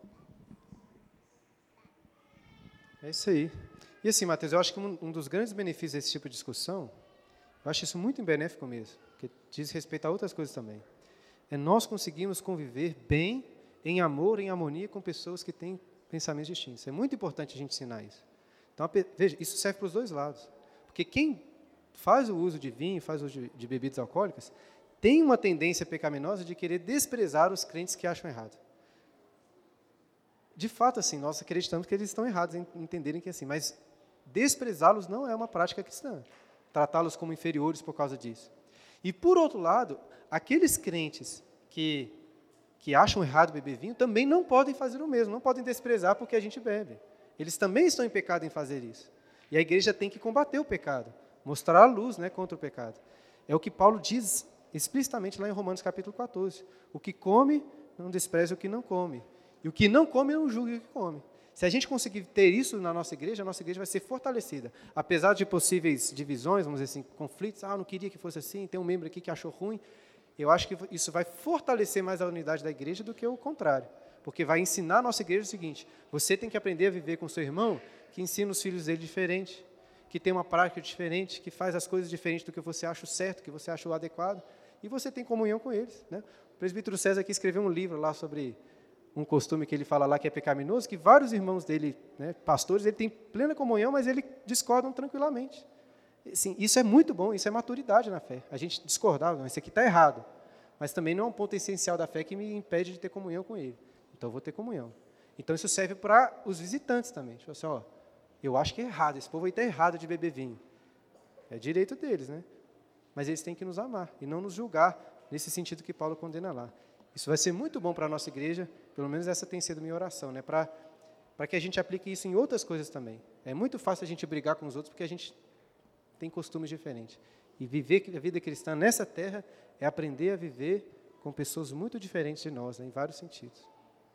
A: É isso aí. E assim, Matheus, eu acho que um, um dos grandes benefícios desse tipo de discussão, eu acho isso muito benéfico mesmo, porque diz respeito a outras coisas também, é nós conseguirmos conviver bem, em amor, em harmonia com pessoas que têm pensamentos distintos. É muito importante a gente ensinar isso. Então, veja, isso serve para os dois lados. Porque quem faz o uso de vinho, faz o uso de, de bebidas alcoólicas, tem uma tendência pecaminosa de querer desprezar os crentes que acham errado. De fato, assim, nós acreditamos que eles estão errados em entenderem que é assim, mas desprezá-los não é uma prática cristã. Tratá-los como inferiores por causa disso. E, por outro lado, aqueles crentes que, que acham errado beber vinho também não podem fazer o mesmo, não podem desprezar porque a gente bebe. Eles também estão em pecado em fazer isso. E a igreja tem que combater o pecado, mostrar a luz, né, contra o pecado. É o que Paulo diz explicitamente lá em Romanos capítulo quatorze. O que come, não despreze o que não come. E o que não come, não julgue o que come. Se a gente conseguir ter isso na nossa igreja, a nossa igreja vai ser fortalecida. Apesar de possíveis divisões, vamos dizer assim, conflitos, ah, eu não queria que fosse assim, tem um membro aqui que achou ruim, eu acho que isso vai fortalecer mais a unidade da igreja do que o contrário. Porque vai ensinar a nossa igreja o seguinte, você tem que aprender a viver com seu irmão que ensina os filhos dele diferente, que tem uma prática diferente, que faz as coisas diferentes do que você acha o certo, que você acha o adequado, e você tem comunhão com eles, né? O presbítero César aqui escreveu um livro lá sobre um costume que ele fala lá que é pecaminoso, que vários irmãos dele, né, pastores, ele tem plena comunhão, mas eles discordam tranquilamente. Assim, isso é muito bom, isso é maturidade na fé. A gente discordar, não, isso aqui está errado, mas também não é um ponto essencial da fé que me impede de ter comunhão com ele. Então, eu vou ter comunhão. Então, isso serve para os visitantes também. Tipo assim, ó, eu acho que é errado, esse povo aí está errado de beber vinho. É direito deles, né? Mas eles têm que nos amar e não nos julgar nesse sentido que Paulo condena lá. Isso vai ser muito bom para a nossa igreja, pelo menos essa tem sido minha oração, né? Para para que a gente aplique isso em outras coisas também. É muito fácil a gente brigar com os outros porque a gente tem costumes diferentes. E viver a vida cristã nessa terra é aprender a viver com pessoas muito diferentes de nós, né? Em vários sentidos.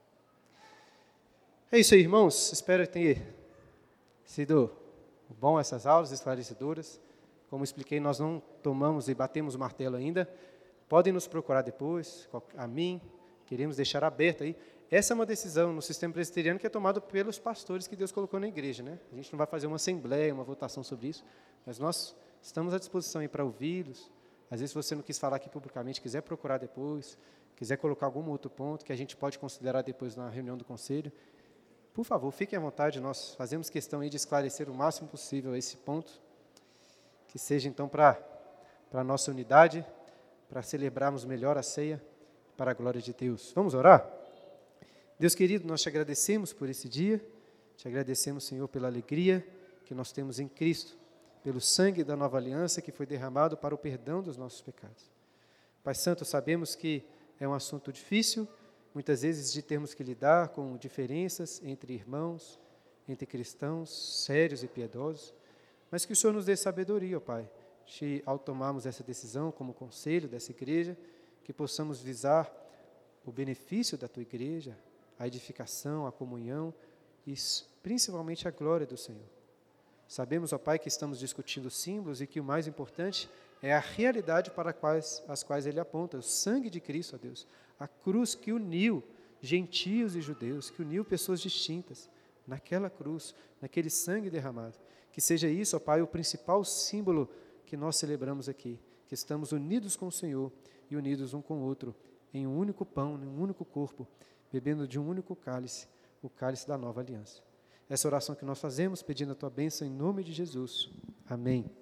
A: É isso aí, irmãos. Espero que tenha sido bom essas aulas esclarecedoras. Como expliquei, nós não tomamos e batemos o martelo ainda. Podem nos procurar depois, a mim, queremos deixar aberto aí. Essa é uma decisão no sistema presbiteriano que é tomada pelos pastores que Deus colocou na igreja, né? A gente não vai fazer uma assembleia, uma votação sobre isso, mas nós estamos à disposição aí para ouvi-los. Às vezes, se você não quis falar aqui publicamente, quiser procurar depois, quiser colocar algum outro ponto que a gente pode considerar depois na reunião do conselho, por favor, fiquem à vontade, nós fazemos questão aí de esclarecer o máximo possível esse ponto, que seja então para para a nossa unidade, para celebrarmos melhor a ceia, para a glória de Deus. Vamos orar? Deus querido, nós te agradecemos por esse dia, te agradecemos, Senhor, pela alegria que nós temos em Cristo, pelo sangue da nova aliança que foi derramado para o perdão dos nossos pecados. Pai Santo, sabemos que é um assunto difícil, muitas vezes de termos que lidar com diferenças entre irmãos, entre cristãos sérios e piedosos, mas que o Senhor nos dê sabedoria, ó Pai, de, ao tomarmos essa decisão como conselho dessa igreja, que possamos visar o benefício da Tua igreja, a edificação, a comunhão e principalmente a glória do Senhor. Sabemos, ó Pai, que estamos discutindo símbolos e que o mais importante é a realidade para quais, as quais ele aponta, o sangue de Cristo, ó Deus, a cruz que uniu gentios e judeus, que uniu pessoas distintas naquela cruz, naquele sangue derramado. Que seja isso, ó Pai, o principal símbolo que nós celebramos aqui, que estamos unidos com o Senhor e unidos um com o outro, em um único pão, em um único corpo, bebendo de um único cálice, o cálice da nova aliança. Essa oração que nós fazemos, pedindo a Tua bênção em nome de Jesus. Amém.